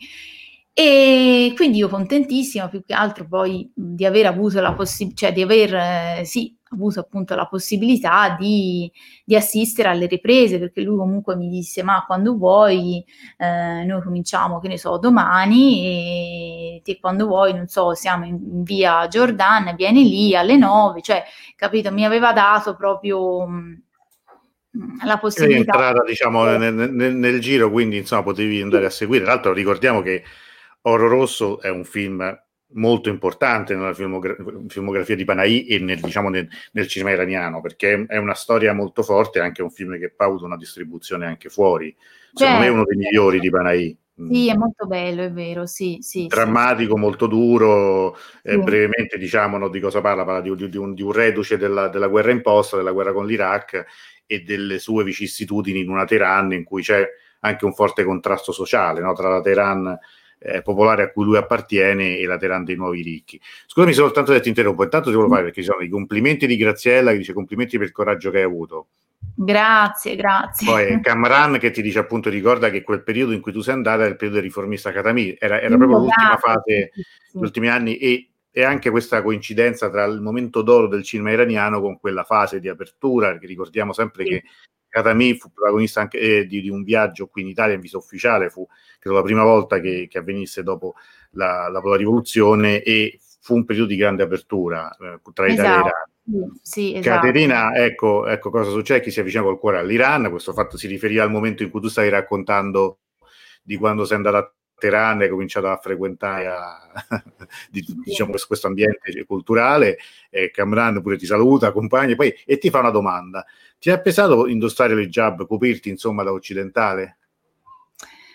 Speaker 5: E quindi io contentissima, più che altro poi di aver avuto la possibilità, cioè di aver eh, sì, avuto appunto la possibilità di, di assistere alle riprese, perché lui comunque mi disse ma quando vuoi eh, noi cominciamo, che ne so, domani e te quando vuoi, non so, siamo in, in via Giordana, vieni lì alle nove, cioè capito, mi aveva dato proprio mh, la possibilità.
Speaker 4: È entrata diciamo nel, nel, nel giro, quindi insomma potevi andare a seguire. Tra l'altro ricordiamo che Oro Rosso è un film molto importante nella filmogra- filmografia di Panahi e nel, diciamo, nel, nel cinema iraniano, perché è una storia molto forte, è anche un film che ha avuto una distribuzione anche fuori. Secondo certo. me è uno dei migliori di Panahi.
Speaker 5: Sì, è molto bello, è vero, sì, sì.
Speaker 4: Drammatico,
Speaker 5: sì.
Speaker 4: molto duro, eh, sì. Brevemente diciamo no, di cosa parla, parla di, di, di, un, di un reduce della, della guerra imposta, della guerra con l'Iraq e delle sue vicissitudini in una Teheran in cui c'è anche un forte contrasto sociale, no, tra la Teheran eh, popolare a cui lui appartiene e la Teheran dei nuovi ricchi. Scusami soltanto se ti interrompo, intanto ti volevo fare perché ci sono i complimenti di Graziella che dice complimenti per il coraggio che hai avuto.
Speaker 5: Grazie, grazie.
Speaker 4: Poi Kamran che ti dice appunto ricorda che quel periodo in cui tu sei andata era il periodo del riformista Khatami, era, era proprio l'ultima fase, sì, sì. Gli ultimi anni e, e anche questa coincidenza tra il momento d'oro del cinema iraniano con quella fase di apertura, perché ricordiamo sempre sì. che Khatami fu protagonista anche eh, di, di un viaggio qui in Italia in vista ufficiale, fu credo la prima volta che, che avvenisse dopo la, la, la rivoluzione e fu un periodo di grande apertura eh, tra
Speaker 5: esatto.
Speaker 4: Italia e Iran.
Speaker 5: Sì, esatto.
Speaker 4: Caterina, ecco, ecco cosa succede, chi si avvicina col cuore all'Iran, questo fatto si riferiva al momento in cui tu stavi raccontando di quando sei andata a Teheran e hai cominciato a frequentare a, di, diciamo, questo ambiente culturale, e Kamran pure ti saluta, accompagna poi, e ti fa una domanda: ti è pesato indossare l'hijab, coprirti insomma da occidentale?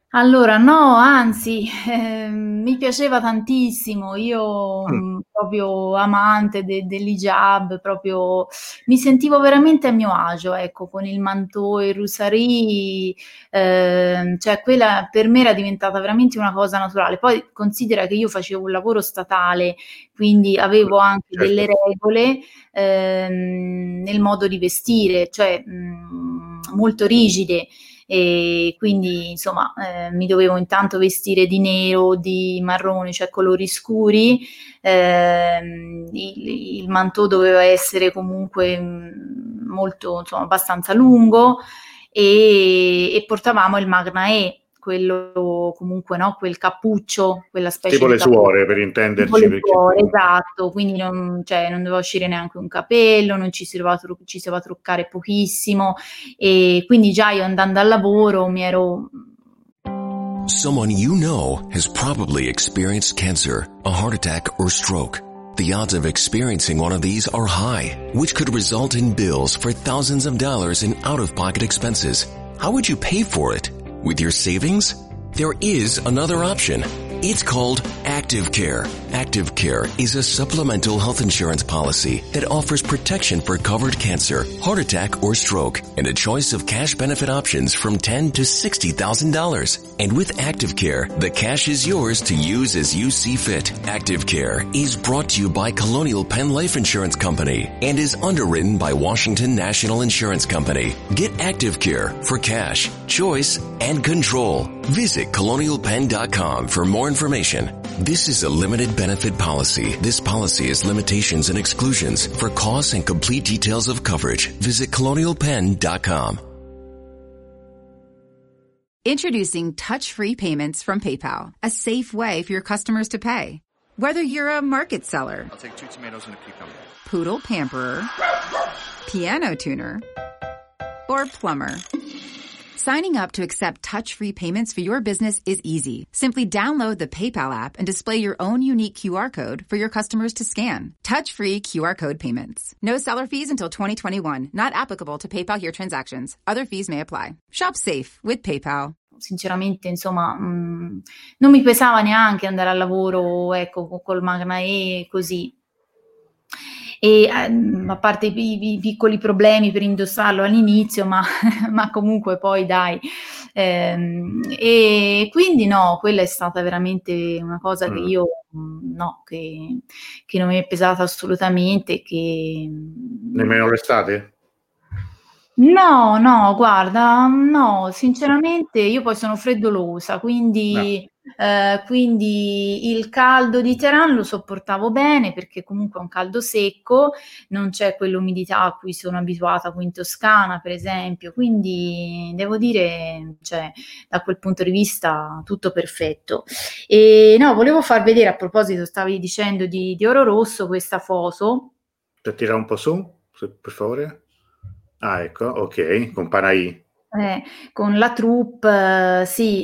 Speaker 5: Allora, no, anzi, eh, mi piaceva tantissimo, io
Speaker 4: Mm.
Speaker 5: mh, proprio amante de- dell'hijab, proprio mi sentivo veramente a mio agio, ecco, con il manteau e il rusarì, ehm, cioè quella per me era diventata veramente una cosa naturale. Poi considera che io facevo un lavoro statale, quindi avevo anche delle
Speaker 4: Certo.
Speaker 5: regole ehm, nel modo di vestire, cioè mh, molto rigide e quindi insomma eh, mi dovevo intanto vestire di nero, di marrone, cioè colori scuri, ehm, il, il manteau doveva essere comunque mh, molto, insomma, abbastanza lungo e, e portavamo il Magna E, quello comunque, no, quel cappuccio, quella specie
Speaker 4: Tipo
Speaker 5: di
Speaker 4: le suore,
Speaker 5: cappuccio
Speaker 4: per
Speaker 5: tipo
Speaker 4: intenderci,
Speaker 5: le
Speaker 4: perché
Speaker 5: suore, esatto, quindi non, cioè, non doveva uscire neanche un capello, non ci si doveva, tru- ci si doveva truccare pochissimo e quindi già io andando al lavoro mi ero.
Speaker 7: Someone you know has probably experienced cancer, a heart attack, or stroke. The odds of experiencing one of these are high, which could result in bills for thousands of dollars in out-of-pocket expenses. How would you pay for it? With your savings? There is another option. It's called Active Care. Active Care is a supplemental health insurance policy that offers protection for covered cancer, heart attack, or stroke, and a choice of cash benefit options from ten thousand to sixty thousand dollars. And with Active Care, the cash is yours to use as you see fit. Active Care is brought to you by Colonial Penn Life Insurance Company and is underwritten by Washington National Insurance Company. Get Active Care for cash, choice, and control. Visit colonial penn dot com for more information. This is a limited benefit policy. This policy has limitations and exclusions. For costs and complete details of coverage, visit colonial penn dot com.
Speaker 8: Introducing touch-free payments from PayPal, a safe way for your customers to pay. Whether you're a market seller,
Speaker 9: I'll take two tomatoes and a cucumber,
Speaker 8: poodle pamperer, piano tuner, or plumber, signing up to accept touch-free payments for your business is easy. Simply download the PayPal app and display your own unique Q R code for your customers to scan. Touch-free Q R code payments. No seller fees until twenty twenty-one. Not applicable to PayPal Here transactions. Other fees may apply. Shop safe with PayPal.
Speaker 5: Sinceramente, insomma, mh, non mi pesava neanche andare al lavoro, ecco, col Magna E così. E ehm, a parte i, i- i piccoli problemi per indossarlo all'inizio, ma, ma comunque poi dai. Ehm, e quindi no, quella è stata veramente una cosa che
Speaker 4: Mm.
Speaker 5: io mh, no, che, che non mi è pesata assolutamente, che
Speaker 4: Nemmeno l'estate?
Speaker 5: no, no, guarda, no, sinceramente io poi sono freddolosa,
Speaker 4: No.
Speaker 5: quindi, eh, quindi il caldo di Teheran lo sopportavo bene perché comunque è un caldo secco, non c'è quell'umidità a cui sono abituata qui in Toscana, per esempio, quindi devo dire, cioè, da quel punto di vista tutto perfetto. E no, volevo far vedere, a proposito, stavi dicendo di, di Oro Rosso, questa foto.
Speaker 4: Per tirare un po' su, se- per favore. Ah, ecco, ok, con Panahi.
Speaker 5: Eh, con la troupe, eh, sì,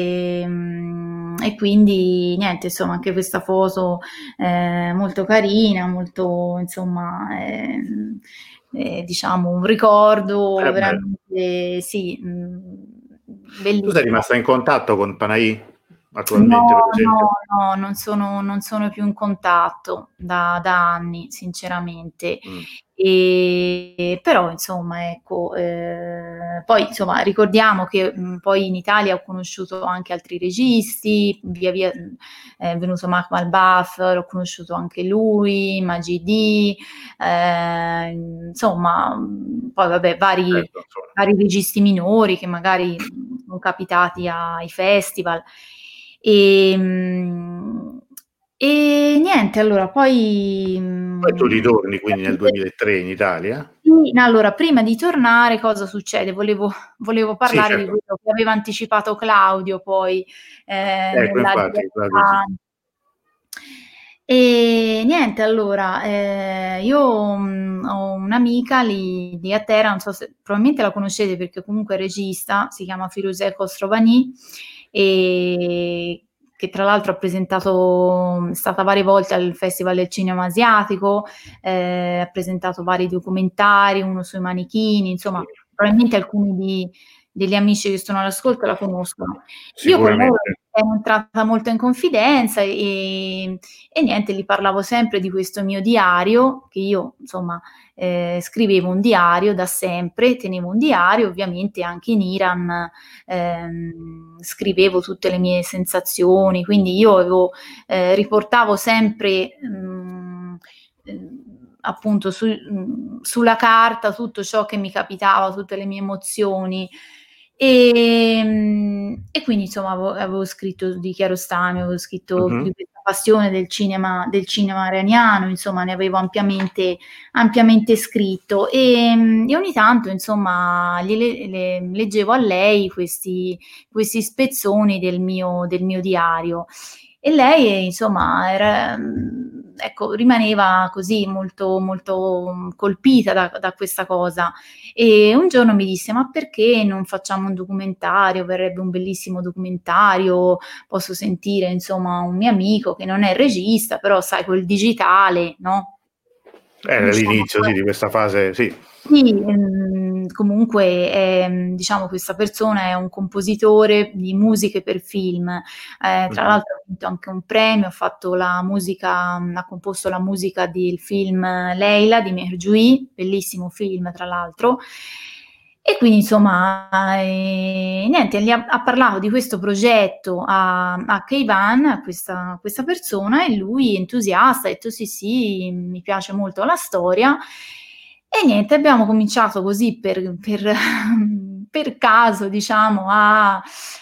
Speaker 5: ehm, e quindi niente, insomma, anche questa foto eh, molto carina, molto, insomma, ehm, eh, diciamo un ricordo
Speaker 4: Eh beh.
Speaker 5: veramente, sì, mh,
Speaker 4: Tu sei
Speaker 5: bellissimo.
Speaker 4: rimasta in contatto con Panahi attualmente,
Speaker 5: No,
Speaker 4: per esempio?
Speaker 5: no, no, non sono, non sono più in contatto da, da anni, sinceramente.
Speaker 4: Mm.
Speaker 5: E, però, insomma, ecco, eh, poi insomma, ricordiamo che mh, poi in Italia ho conosciuto anche altri registi, via via mh, è venuto Mark Malbaff, l'ho conosciuto anche lui, Majidi, eh, insomma, mh, poi vabbè, vari,
Speaker 4: Certo, insomma.
Speaker 5: vari registi minori che magari mh, sono capitati ai festival. E, mh, e niente, allora poi.
Speaker 4: Poi tu
Speaker 5: mh,
Speaker 4: ritorni quindi nel duemilatré in Italia?
Speaker 5: Sì, no, allora, prima di tornare, cosa succede? Volevo, volevo
Speaker 4: Sì,
Speaker 5: parlare di
Speaker 4: certo.
Speaker 5: quello che aveva anticipato Claudio poi eh,
Speaker 4: Ecco,
Speaker 5: nella
Speaker 4: infatti, Claudio,
Speaker 5: diretta.
Speaker 4: sì.
Speaker 5: E niente, allora, eh, io mh, ho un'amica lì, lì a Terra, non so se probabilmente la conoscete perché comunque è regista, si chiama Firuzeh Khosrovani, e che tra l'altro ha presentato, è stata varie volte al Festival del Cinema Asiatico, eh, ha presentato vari documentari, uno sui manichini, insomma,
Speaker 4: Sì.
Speaker 5: probabilmente alcuni di, degli amici che sono all'ascolto la conoscono. Io con loro ero entrata molto in confidenza e, e niente, gli parlavo sempre di questo mio diario, che io insomma eh, scrivevo un diario da sempre, tenevo un diario, ovviamente anche in Iran ehm, scrivevo tutte le mie sensazioni, quindi io avevo, eh, riportavo sempre mh, appunto su, mh, sulla carta tutto ciò che mi capitava, tutte le mie emozioni. E, e quindi insomma avevo, avevo scritto di Kiarostami, avevo scritto uh-huh. di questa passione del cinema, del cinema iraniano, insomma ne avevo ampiamente, ampiamente scritto e, e ogni tanto insomma gli le, le, leggevo a lei questi, questi spezzoni del mio, del mio diario e lei insomma era, ecco, rimaneva così molto, molto colpita da, da questa cosa e un giorno mi disse: ma perché non facciamo un documentario, verrebbe un bellissimo documentario, posso sentire insomma un mio amico che non è regista, però sai col digitale, no?
Speaker 4: Era diciamo, l'inizio sì, di questa fase, sì.
Speaker 5: Sì, ehm, comunque è, diciamo questa persona è un compositore di musiche per film, eh, tra uh-huh. l'altro ha vinto anche un premio, ha fatto la musica, ha composto la musica del film Leila di Merjoui, bellissimo film tra l'altro, e quindi insomma eh, niente, gli ha, ha parlato di questo progetto a, a Keyvan, a questa, questa persona, e lui entusiasta ha detto sì sì, mi piace molto la storia. E niente, abbiamo cominciato così per, per, per caso, diciamo, a,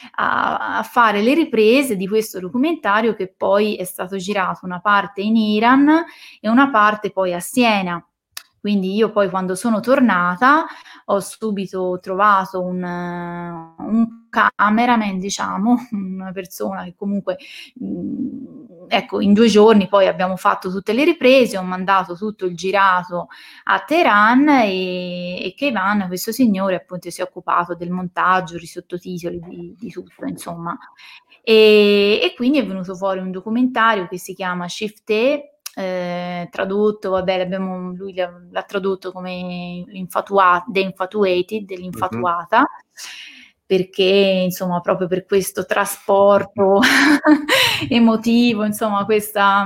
Speaker 5: a, a fare le riprese di questo documentario che poi è stato girato una parte in Iran e una parte poi a Siena. Quindi io poi quando sono tornata ho subito trovato un, un cameraman, diciamo, una persona che comunque, mh, ecco, in due giorni poi abbiamo fatto tutte le riprese, ho mandato tutto il girato a Teheran e, e Keyvan, questo signore, appunto si è occupato del montaggio, di sottotitoli, di, di tutto, insomma. E, e quindi è venuto fuori un documentario che si chiama Shifte, Eh, tradotto, vabbè, abbiamo, lui l'ha, l'ha tradotto come l'infatuata, The Infatuated, dell'infatuata, uh-huh. perché insomma proprio per questo trasporto emotivo, insomma questa,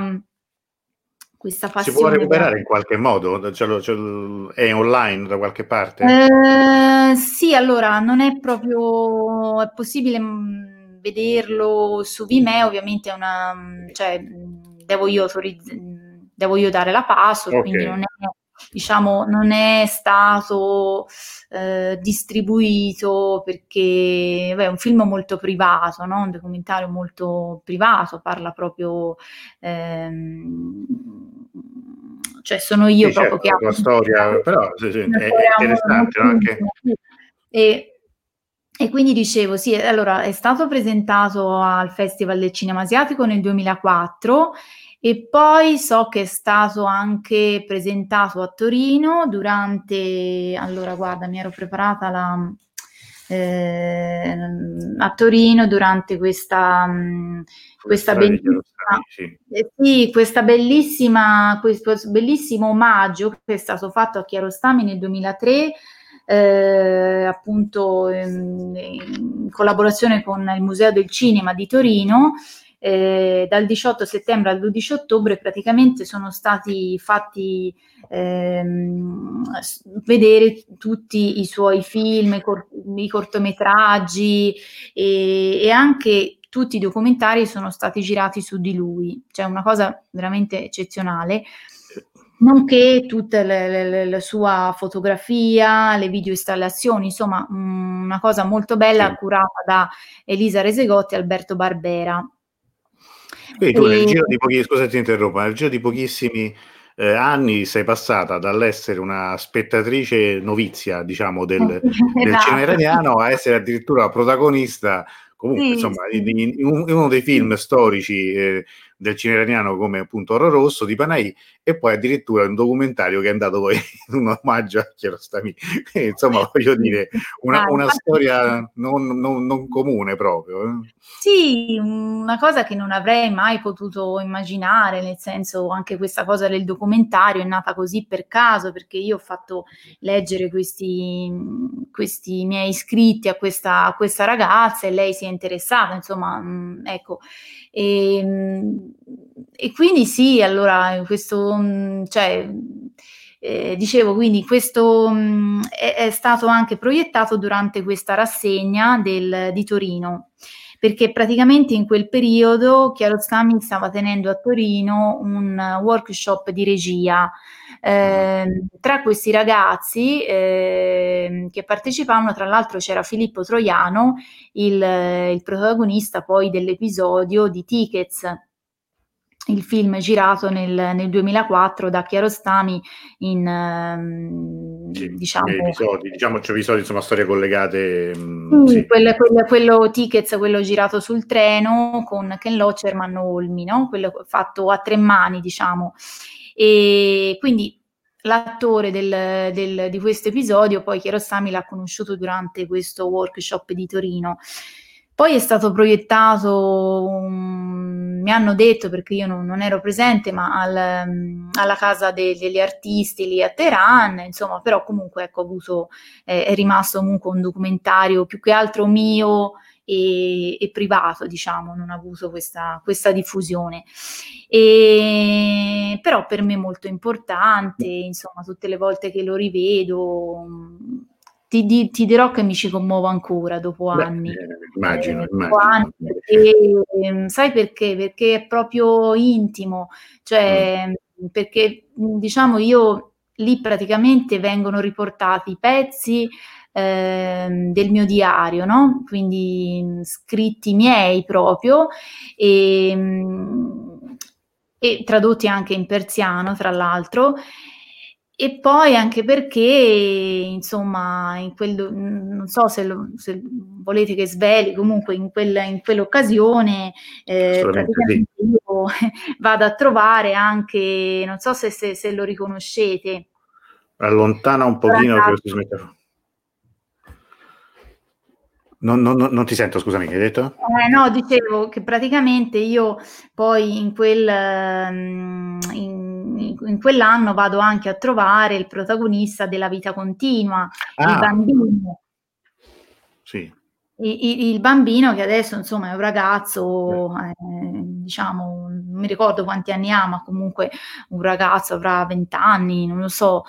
Speaker 5: questa passione.
Speaker 4: Si può recuperare da... in qualche modo? Ce lo, ce lo, è online da qualche parte?
Speaker 5: Eh, sì, allora non è proprio è possibile mh, vederlo su Vimeo, ovviamente è una, cioè devo io autorizzare devo io dare la password, okay. Quindi non è, diciamo, non è stato eh, distribuito perché beh, è un film molto privato, no? Un documentario molto privato, parla proprio ehm, cioè sono io
Speaker 4: sì,
Speaker 5: proprio
Speaker 4: certo,
Speaker 5: che
Speaker 4: la storia, però sì, sì, è, è interessante anche.
Speaker 5: E, E quindi dicevo, sì, allora è stato presentato al Festival del Cinema Asiatico nel duemilaquattro e poi so che è stato anche presentato a Torino durante, allora guarda, mi ero preparata la, eh, a Torino durante questa, questa bellissima, sì. Eh, sì, questa bellissima, questo bellissimo omaggio che è stato fatto a Kiarostami nel duemilatré. Eh, appunto in, in collaborazione con il Museo del Cinema di Torino, eh, dal diciotto settembre al dodici ottobre praticamente sono stati fatti ehm, vedere tutti i suoi film, i, cor- i cortometraggi e, e anche tutti i documentari sono stati girati su di lui, cioè una cosa veramente eccezionale. Nonché tutta la sua fotografia, le videoinstallazioni, insomma mh, una cosa molto bella, sì. Curata da Elisa Resegotti e Alberto Barbera.
Speaker 4: Quindi tu e... nel giro di pochi, scusa ti interrompo, nel giro di pochissimi eh, anni sei passata dall'essere una spettatrice novizia, diciamo, del, esatto. del cinema iraniano a essere addirittura protagonista. Comunque, sì, insomma, sì. In, in uno dei film storici eh, del cinema iraniano come appunto Oro Rosso di Panahi, e poi addirittura un documentario che è andato poi in un omaggio a Kiarostami. Insomma, voglio dire, una, una storia non, non, non comune proprio. Eh.
Speaker 5: Sì, una cosa che non avrei mai potuto immaginare, nel senso, anche questa cosa del documentario è nata così per caso, perché io ho fatto leggere questi, questi miei iscritti a questa, a questa ragazza e lei si è interessata, insomma, mh, ecco. E, e quindi sì, allora questo, mh, cioè, eh, dicevo, quindi questo mh, è, è stato anche proiettato durante questa rassegna del, di Torino, perché praticamente in quel periodo Kiarostami stava tenendo a Torino un workshop di regia. Eh, tra questi ragazzi eh, che partecipavano, tra l'altro c'era Filippo Troiano, il, il protagonista poi dell'episodio di Tickets, il film girato nel, nel duemilaquattro da Kiarostami in ehm,
Speaker 4: sì,
Speaker 5: diciamo
Speaker 4: episodi, diciamo c'è episodi, insomma, storie collegate. Mh,
Speaker 5: sì,
Speaker 4: sì.
Speaker 5: quel, quel, quello Tickets, quello girato sul treno con Ken Loach e Ermanno Olmi, no? Quello fatto a tre mani, diciamo. E quindi l'attore del, del, di questo episodio poi Kiarostami l'ha conosciuto durante questo workshop di Torino. Poi è stato proiettato, um, mi hanno detto, perché io non, non ero presente, ma al, um, alla casa de, degli artisti lì a Teheran, insomma, però comunque ecco, ho avuto, eh, è rimasto comunque un documentario più che altro mio e, e privato, diciamo, non ha avuto questa, questa diffusione. E, però per me è molto importante, insomma, tutte le volte che lo rivedo... Ti, di, ti dirò che mi ci commuovo ancora dopo
Speaker 4: Beh,
Speaker 5: anni.
Speaker 4: eh, immagino,
Speaker 5: Eh,
Speaker 4: immagino.
Speaker 5: dopo anni perché, sai perché? Perché è proprio intimo, cioè mm. perché diciamo io lì praticamente vengono riportati i pezzi eh, del mio diario, no? Quindi mh, scritti miei proprio e, mh, e tradotti anche in persiano, tra l'altro. E poi anche perché, insomma, in quel, non so se, lo, se volete che sveli, comunque in, quella, in quell'occasione eh, praticamente sì. Io vado a trovare anche, non so se, se, se lo riconoscete.
Speaker 4: Allontana un pochino che si smette. Non, non, non ti sento, scusami, che hai detto?
Speaker 5: Eh, no, dicevo che praticamente io poi in, quel, in, in quell'anno vado anche a trovare il protagonista della Vita Continua, ah. il bambino.
Speaker 4: Sì.
Speaker 5: Il, il bambino che adesso insomma è un ragazzo, eh, diciamo, non mi ricordo quanti anni ha, ma comunque un ragazzo avrà vent'anni, non lo so,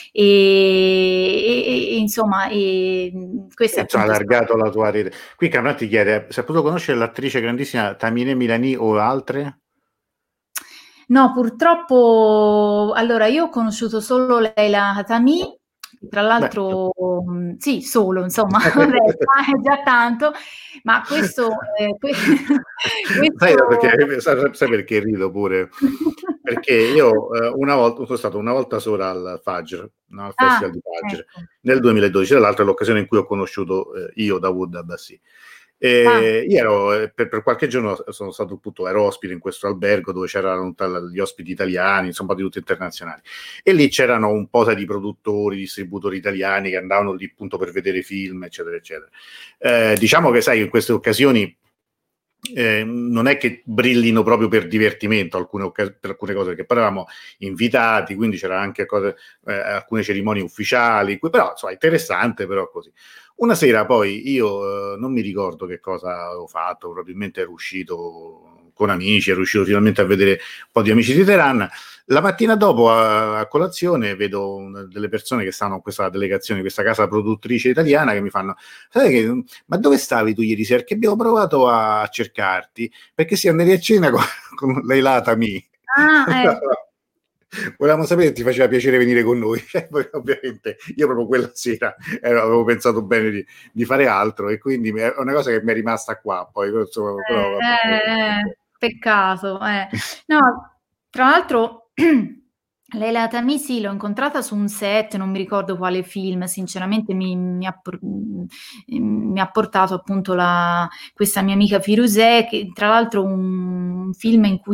Speaker 5: e, e insomma, e questo è
Speaker 4: ha allargato la tua rete. Qui Cameron ti chiede se hai potuto conoscere l'attrice grandissima Tamine Milani o altre?
Speaker 5: No, purtroppo, allora io ho conosciuto solo Leila Hatami. Tra l'altro, Beh. sì, solo, insomma, vabbè, è già tanto, ma questo... Eh, que- questo...
Speaker 4: Sai, perché, sai perché rido pure? Perché io eh, una volta, sono stato una volta sola al Fajr, no? Al Festival ah, di Fajr, ecco. nel duemiladodici, tra l'altro è l'occasione in cui ho conosciuto eh, io Dawood Abbasi. E ah. Io ero, per, per qualche giorno sono stato appunto, ero ospite in questo albergo dove c'erano gli ospiti italiani, insomma di tutti internazionali, e lì c'erano un po' di produttori, distributori italiani che andavano lì appunto per vedere film, eccetera, eccetera. Eh, diciamo che sai, in queste occasioni eh, non è che brillino proprio per divertimento alcune, per alcune cose, perché poi eravamo invitati, quindi c'era anche cose, eh, alcune cerimonie ufficiali, però insomma interessante, però così. Una sera poi io eh, non mi ricordo che cosa avevo fatto, probabilmente ero uscito con amici, ero uscito finalmente a vedere un po' di Amici di Teheran. La mattina dopo a, a colazione vedo una, delle persone che stanno in questa delegazione, questa casa produttrice italiana, che mi fanno: sai che, ma dove stavi tu ieri sera? Che abbiamo provato a cercarti perché si andavi a cena con, con Leila Hatami.
Speaker 5: Ah, eh.
Speaker 4: Volevamo sapere se ti faceva piacere venire con noi. Poi, ovviamente io proprio quella sera ero, avevo pensato bene di, di fare altro, e quindi è una cosa che mi è rimasta qua. Poi, insomma,
Speaker 5: eh,
Speaker 4: però,
Speaker 5: eh, peccato. Eh. No, tra l'altro Leila Hatami sì, l'ho incontrata su un set, non mi ricordo quale film, sinceramente mi, mi, ha, mi ha portato appunto la, questa mia amica Firuzeh, che tra l'altro un film in cui c'è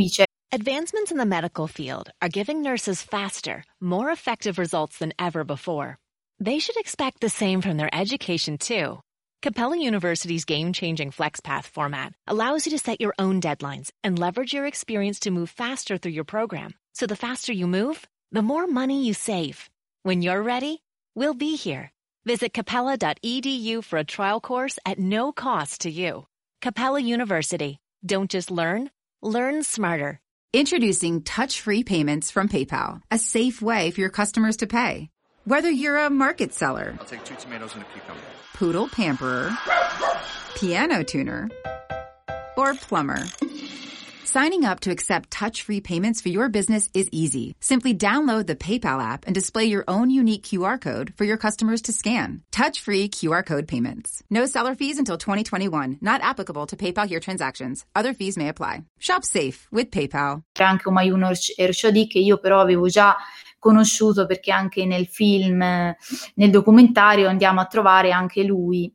Speaker 9: Advancements in the medical field are giving nurses faster, more effective results than ever before. They should expect the same from their education, too. Capella University's game-changing FlexPath format allows you to set your own deadlines and leverage your experience to move faster through your program. So the faster you move, the more money you save. When you're ready, we'll be here. Visit capella dot e d u for a trial course at no cost to you. Capella University. Don't just learn, learn smarter.
Speaker 8: Introducing touch-free payments from PayPal, a safe way for your customers to pay. Whether you're a market seller,
Speaker 10: I'll take two tomatoes and a cucumber,
Speaker 8: poodle pamperer, piano tuner, or plumber, signing up to accept touch-free payments for your business is easy. Simply download the PayPal app and display your own unique Q R code for your customers to scan. Touch-free Q R code payments. No seller fees until twenty twenty-one. Not applicable to PayPal here transactions. Other fees may apply. Shop safe with PayPal.
Speaker 5: C'è anche Humayun Ershadi, che io però avevo già conosciuto, perché anche nel film, nel documentario, andiamo a trovare anche lui.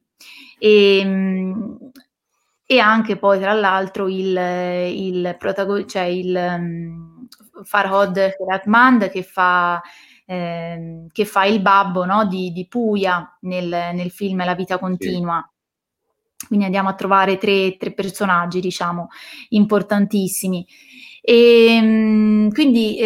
Speaker 5: E, e anche poi tra l'altro il, il protagonista, cioè il um, Farhad Kheratmand, che fa eh, che fa il babbo, no, di, di Puya nel, nel film La vita continua. Sì. Quindi andiamo a trovare tre, tre personaggi, diciamo, importantissimi. E quindi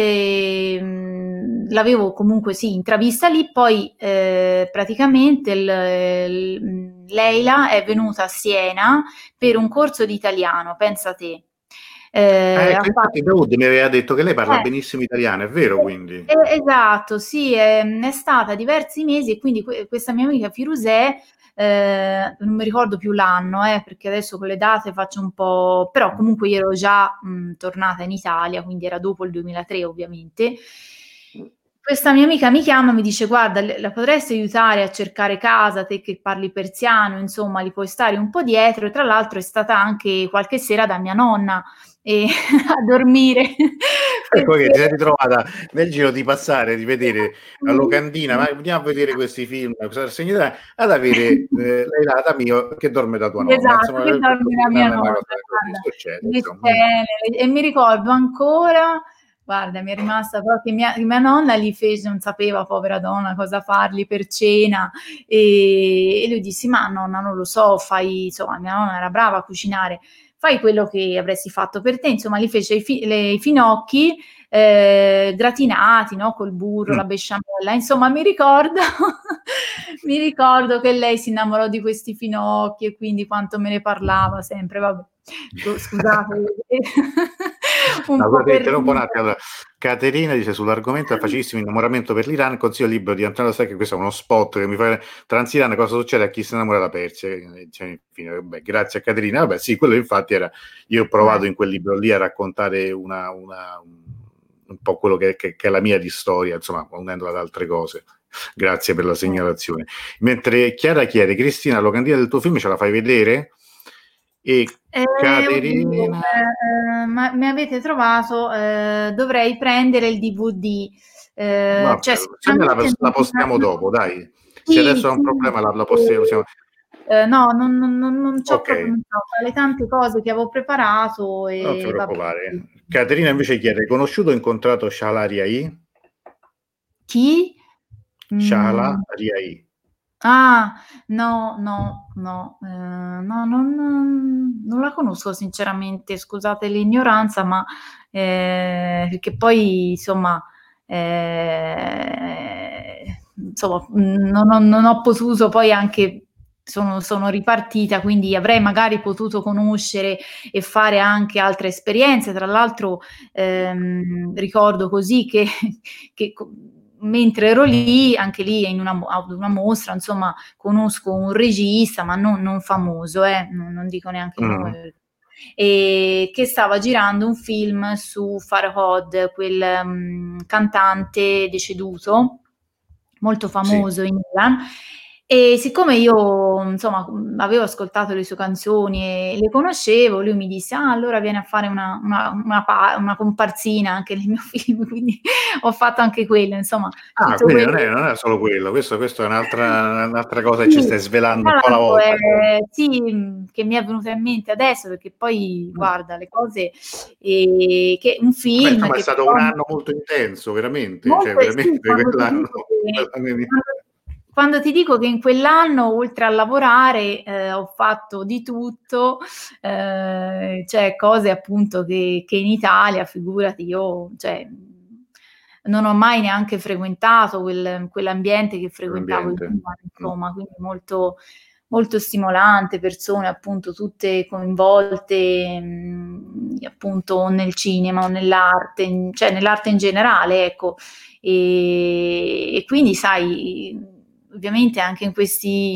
Speaker 5: eh, l'avevo comunque sì intravista lì. Poi eh, praticamente il, il, Leila è venuta a Siena per un corso di italiano, pensa te.
Speaker 4: Eh, eh, infatti Daud mi aveva detto che lei parla
Speaker 5: eh,
Speaker 4: benissimo italiano, è vero? Quindi
Speaker 5: eh, esatto, sì, è, è stata diversi mesi, e quindi que- questa mia amica Firuzeh, eh, non mi ricordo più l'anno, eh, perché adesso con le date faccio un po', però comunque io ero già mh, tornata in Italia, quindi era dopo il duemilatré ovviamente. Questa mia amica mi chiama e mi dice: guarda, la potresti aiutare a cercare casa, te che parli persiano, insomma, li puoi stare un po' dietro. E tra l'altro è stata anche qualche sera da mia nonna e a dormire.
Speaker 4: Ecco che ti sei ritrovata nel giro di passare, di vedere la locandina, ma andiamo a vedere questi film, ad avere eh, lei da mio che dorme da tua nonna.
Speaker 5: Esatto,
Speaker 4: Insomma,
Speaker 5: che dorme da mia nonna. E mi ricordo ancora... Guarda, mi è rimasta proprio, mia, mia nonna gli fece, non sapeva, povera donna, cosa fargli per cena, e, e lui disse: ma nonna, non lo so, fai, insomma, mia nonna era brava a cucinare, fai quello che avresti fatto per te, insomma, gli fece i, fi, le, i finocchi eh, gratinati, no, col burro, mm. la besciamella, insomma, mi ricordo, mi ricordo che lei si innamorò di questi finocchi e quindi quanto me ne parlava sempre, vabbè. Scusate. un
Speaker 4: no,
Speaker 5: po' per...
Speaker 4: un po' un attimo. Allora, Caterina dice: sull'argomento è facilissimo innamoramento per l'Iran, consiglio il libro di Antonio Secchi. Questo è uno spot che mi fa Transiran, cosa succede a chi si innamora da Persia, cioè, infine, vabbè, grazie a Caterina. Vabbè, sì, quello infatti era, io ho provato eh. in quel libro lì a raccontare una, una un po' quello che, che, che è la mia di storia, insomma, unendola ad altre cose. Grazie per la segnalazione. Mentre Chiara chiede: Cristina, la locandina del tuo film ce la fai vedere? E
Speaker 5: eh,
Speaker 4: Caterina,
Speaker 5: eh, ma mi avete trovato, eh, dovrei prendere il D V D. Eh,
Speaker 4: no,
Speaker 5: cioè,
Speaker 4: se la, la postiamo dopo, dai.
Speaker 5: Sì,
Speaker 4: se adesso è un
Speaker 5: sì,
Speaker 4: problema la, la postiamo.
Speaker 5: Eh, no, non, non, non, non c'ho
Speaker 4: okay.
Speaker 5: proprio tra le tante cose che avevo preparato. E
Speaker 4: non ti preoccupare. Caterina invece chiede: conosciuto o incontrato Shala Riai?
Speaker 5: Chi?
Speaker 4: Shala mm. Riai.
Speaker 5: Ah, no, no, no, eh, no non, non la conosco sinceramente, scusate l'ignoranza, ma eh, perché poi insomma, eh, insomma non, non, non ho potuto, poi anche sono, sono ripartita, quindi avrei magari potuto conoscere e fare anche altre esperienze. Tra l'altro ehm, ricordo così che, che mentre ero lì, anche lì in una, una mostra, insomma, conosco un regista, ma non, non famoso, eh, non, non dico neanche il nome, mm. e che stava girando un film su Farhad, quel um, cantante deceduto, molto famoso sì. in Iran, E siccome io, insomma, avevo ascoltato le sue canzoni e le conoscevo, lui mi disse: "Ah, allora vieni a fare una una una pa una comparsina anche nel mio film", quindi ho fatto anche quello, insomma,
Speaker 4: Ah,
Speaker 5: tutto
Speaker 4: quindi
Speaker 5: quello.
Speaker 4: non è non è solo quello, questo questo è un'altra un'altra cosa che ci
Speaker 5: Sì,
Speaker 4: stai svelando
Speaker 5: tra
Speaker 4: un po' alla
Speaker 5: l'altro
Speaker 4: volta.
Speaker 5: è sì, mhmm, che mi è venuta in mente adesso, perché poi
Speaker 4: Mh.
Speaker 5: guarda le cose, ehm, che un
Speaker 4: Vabbè,
Speaker 5: film
Speaker 4: insomma è
Speaker 5: che
Speaker 4: stato un
Speaker 5: però
Speaker 4: anno molto intenso, veramente, cioè
Speaker 5: molto e sì,
Speaker 4: veramente
Speaker 5: quando ti
Speaker 4: quell'anno
Speaker 5: dico che
Speaker 4: quell'anno lì.
Speaker 5: quando quando ti dico che in quell'anno oltre a lavorare, ehm, ho fatto di tutto, ehm, cioè cose appunto che che in Italia figurati io cioè, mhmm, non ho mai neanche frequentato quel quell'ambiente che frequentavo
Speaker 4: L'ambiente.
Speaker 5: prima,
Speaker 4: Mh.
Speaker 5: insomma, quindi molto molto stimolante, persone appunto tutte coinvolte, mhmm, appunto nel cinema o nell'arte, in cioè nell'arte in generale, ecco. E e quindi sai, ovviamente anche in questi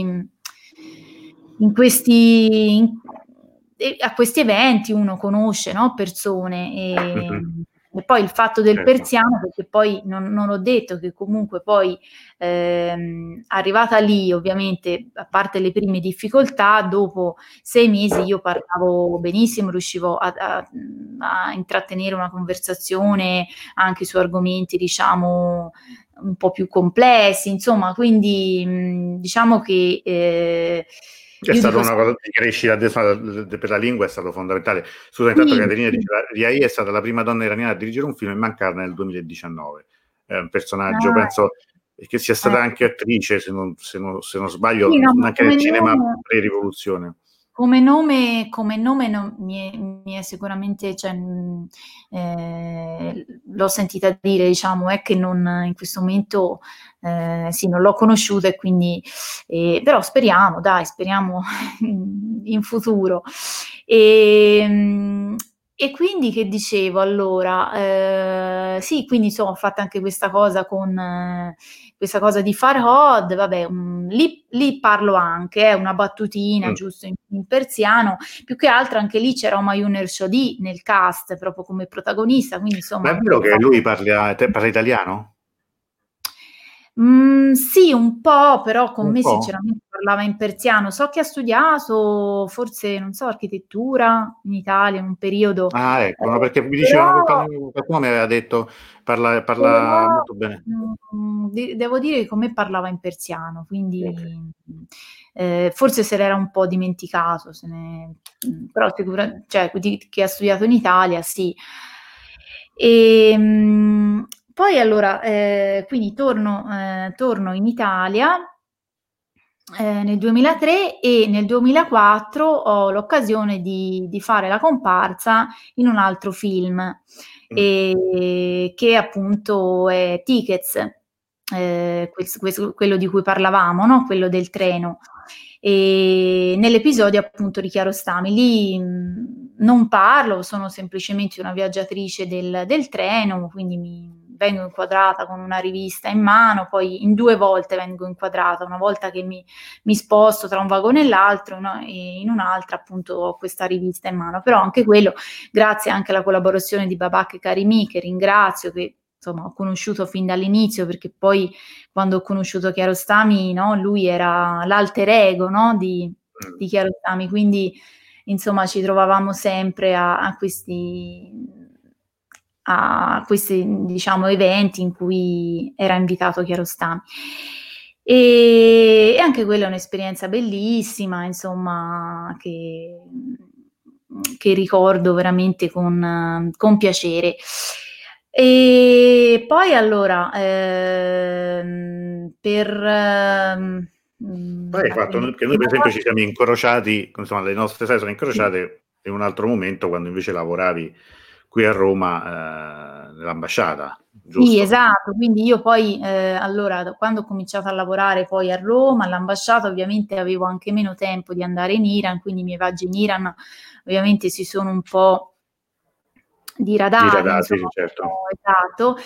Speaker 5: in questi in e a questi eventi uno conosce, no, persone,
Speaker 4: Mh-mh.
Speaker 5: ehm, e poi il fatto del
Speaker 4: Certo.
Speaker 5: persiano, perché poi non non ho detto che comunque poi, ehm, arrivata lì ovviamente, a parte le prime difficoltà, dopo sei mesi io parlavo benissimo, riuscivo a a mhmm, a intrattenere una conversazione anche su argomenti, diciamo, un po' più complessi, insomma, quindi, mhmm, diciamo che, ehm,
Speaker 4: È
Speaker 5: io
Speaker 4: stata
Speaker 5: dico
Speaker 4: una
Speaker 5: sem
Speaker 4: cosa di crescita de fa d per la lingua è stato fondamentale. Scusa intanto
Speaker 5: Sì,
Speaker 4: Caterina
Speaker 5: sì.
Speaker 4: diceva Riahi è stata la prima donna iraniana a dirigere un film e mancarne nel duemiladiciannove. È un personaggio
Speaker 5: Ah,
Speaker 4: penso che sia stata anche
Speaker 5: ecco.
Speaker 4: attrice se non se non se non sbaglio,
Speaker 5: Sì, no, ma
Speaker 4: anche nel
Speaker 5: come
Speaker 4: cinema
Speaker 5: nome
Speaker 4: pre-rivoluzione.
Speaker 5: come nome come nome non mi è mi è sicuramente cioè, mhmm, ehm, l'ho sentita dire, diciamo, è che non in questo momento, ehm, sì, non l'ho conosciuta e quindi ehm, però speriamo dai, speriamo in in futuro. Ehm, e quindi che dicevo allora, ehm, sì, quindi insomma ho fatto anche questa cosa con questa cosa di Farhod, vabbè, mhmm, lì lì parlo anche, eh, una battutina
Speaker 4: Mh.
Speaker 5: giusto in in persiano, più che altro anche lì c'era Humayun Ershodi nel cast, proprio come protagonista, quindi
Speaker 4: Ma
Speaker 5: insomma
Speaker 4: è vero
Speaker 5: abbiamo
Speaker 4: che
Speaker 5: fatto
Speaker 4: lui parlia te parla italiano?
Speaker 5: Mhmm, sì, un po', però con
Speaker 4: Un
Speaker 5: me
Speaker 4: po'?
Speaker 5: sinceramente parlava in persiano. So che ha studiato forse, non so, architettura in Italia in un periodo,
Speaker 4: Ah, ecco, no,
Speaker 5: ehm,
Speaker 4: perché mi dicevano
Speaker 5: però
Speaker 4: qualcuno qualcuno mi aveva detto parla parla
Speaker 5: però,
Speaker 4: molto bene.
Speaker 5: mhmm, de devo dire che con me parlava in persiano,
Speaker 4: Okay.
Speaker 5: quindi, mhmm, ehm, forse se l'era un po' dimenticato, se ne mhmm, però sicura cioè di che ha studiato in Italia, sì. Ehm, poi allora, ehm, quindi torno ehm, torno in Italia ehm, nel duemilatré e nel duemilaquattro ho l'occasione di di fare la comparsa in un altro film,
Speaker 4: Mh.
Speaker 5: ehm, che appunto è Tickets, ehm, ques ques quello di cui parlavamo, no, quello del treno. Ehm, nell'episodio appunto di Kiarostami. Lì, mhmm, non parlo, sono semplicemente una viaggiatrice del del treno, quindi mi vengo inquadrata con una rivista in mano, poi in due volte vengo inquadrata, una volta che mi mi sposto tra un vagone e l'altro, no, e in un'altra appunto ho questa rivista in mano. Però anche quello grazie anche alla collaborazione di Babak Karimi, che ringrazio, che insomma ho conosciuto fin dall'inizio, perché poi quando ho conosciuto Kiarostami, no, lui era l'alter ego, no, di
Speaker 4: Mh.
Speaker 5: di Kiarostami, quindi insomma ci trovavamo sempre a a questi a questi, diciamo, eventi in cui era invitato Kiarostami. Ehm, e anche quella è un'esperienza bellissima, insomma, che mhmm, che ricordo veramente con con piacere. E poi allora, ehm, per
Speaker 4: Poi
Speaker 5: mhmm,
Speaker 4: hai fatto n che noi per esempio ci siamo incrociati, insomma le nostre strade sono
Speaker 5: Sì.
Speaker 4: incrociate in un altro momento, quando invece lavoravi qui a Roma, ehm, nell'ambasciata,
Speaker 5: Sì,
Speaker 4: giusto?
Speaker 5: esatto. Quindi io poi, ehm, allora da quando ho cominciato a lavorare poi a Roma, all'ambasciata, ovviamente avevo anche meno tempo di andare in Iran, quindi i miei viaggi in Iran ovviamente si sono un po' diradati,
Speaker 4: Diradati,
Speaker 5: insomma,
Speaker 4: sì certo.
Speaker 5: esatto.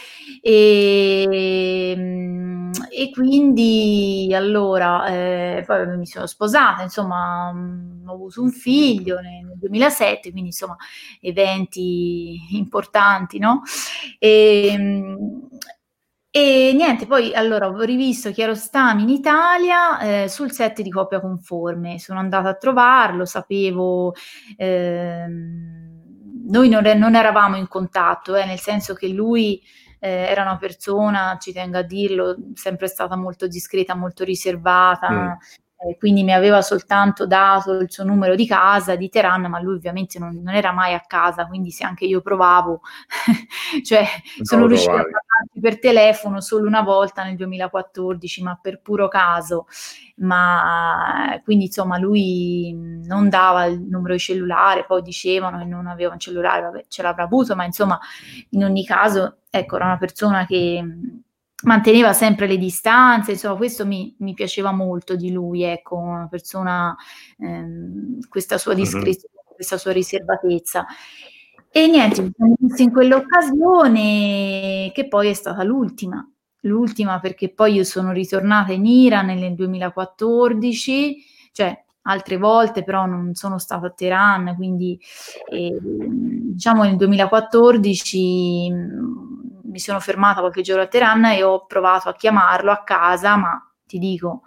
Speaker 5: Ehm, e quindi allora, ehm, poi vabbè mi sono sposata, insomma, mhmm, ho avuto un figlio ne nel duemilasette, quindi insomma eventi importanti, no, ehm, E niente, poi allora ho rivisto Kiarostami in Italia eh, sul set di Coppia Conforme, sono andata a trovarlo, sapevo, ehm, noi non, non eravamo in contatto, eh, nel senso che lui eh, era una persona, ci tengo a dirlo, sempre stata molto discreta, molto riservata, mm. Eh, quindi mi aveva soltanto dato il suo numero di casa di Teheran, ma lui ovviamente non, non era mai a casa, quindi se anche io provavo, cioè no, sono riuscita a parlarci per telefono solo una volta nel duemilaquattordici, ma per puro caso, ma quindi insomma lui non dava il numero di cellulare, poi dicevano che non aveva un cellulare, vabbè, ce l'avrà avuto, ma insomma in ogni caso, ecco, era una persona che manteneva sempre le distanze, insomma questo mi, mi piaceva molto di lui, ecco, una persona, ehm, questa sua discrezione, uh-huh. questa sua riservatezza. E niente, mi sono vista in quell'occasione che poi è stata l'ultima, l'ultima perché poi io sono ritornata in Iran nel duemilaquattordici, cioè altre volte però non sono stata a Teheran, quindi eh, diciamo nel duemilaquattordici mi sono fermata qualche giorno a Teheran e ho provato a chiamarlo a casa, ma ti dico,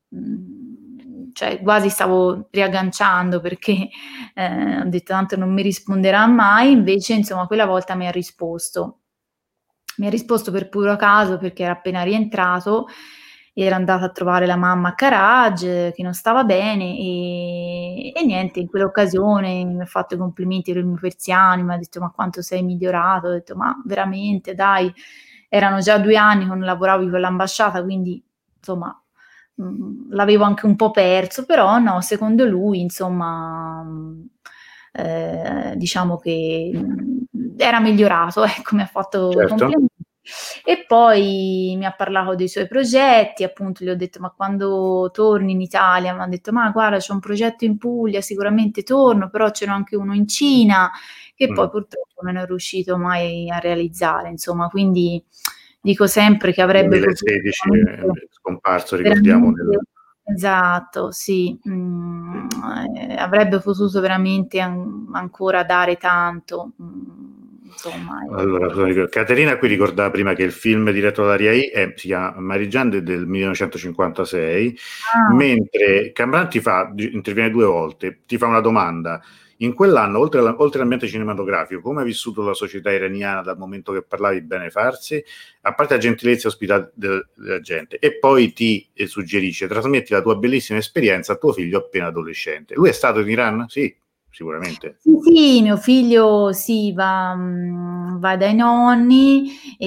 Speaker 5: mh, cioè quasi stavo riagganciando perché eh, ho detto tanto non mi risponderà mai, invece insomma quella volta mi ha risposto, mi ha risposto per puro caso perché era appena rientrato, era andata a trovare la mamma a Karaj che non stava bene e, e niente, in quell'occasione mi ha fatto i complimenti per il mio persiano, mi ha detto ma quanto sei migliorato, ho detto ma veramente dai, erano già due anni che non lavoravo con l'ambasciata, quindi insomma mh, l'avevo anche un po' perso, però no, secondo lui insomma mh, eh, diciamo che mh, era migliorato, ecco, mi ha fatto
Speaker 4: certo.
Speaker 5: complimenti. E poi mi ha parlato dei suoi progetti, appunto gli ho detto ma quando torni in Italia, mi ha detto ma guarda c'è un progetto in Puglia, sicuramente torno, però c'era anche uno in Cina che mm. poi purtroppo non è riuscito mai a realizzare, insomma, quindi dico sempre che avrebbe
Speaker 4: duemilasedici è scomparso, ricordiamo nel...
Speaker 5: Esatto, sì, mm, eh, avrebbe potuto veramente an- ancora dare tanto. Mm. Insomma,
Speaker 4: allora, Caterina qui ricordava prima che il film diretto da Ria I è, si chiama Marigiande del millenovecentocinquantasei, ah. mentre Cambran ti fa, interviene due volte, ti fa una domanda. In quell'anno, oltre, alla, oltre all'ambiente cinematografico, come hai vissuto la società iraniana dal momento che parlavi di bene farsi, a parte la gentilezza e ospitalità de, della gente, e poi ti eh, suggerisce, trasmetti la tua bellissima esperienza a tuo figlio appena adolescente. Lui è stato in Iran? Sì. Sicuramente.
Speaker 5: Sì, sì, mio figlio sì, va, va dai nonni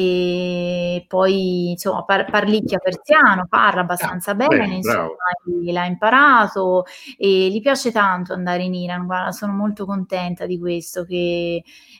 Speaker 5: e poi insomma par- parlicchia persiano, parla abbastanza ah, bene, bene, insomma l'ha imparato e gli piace tanto andare in Iran, guarda, sono molto contenta di questo, che,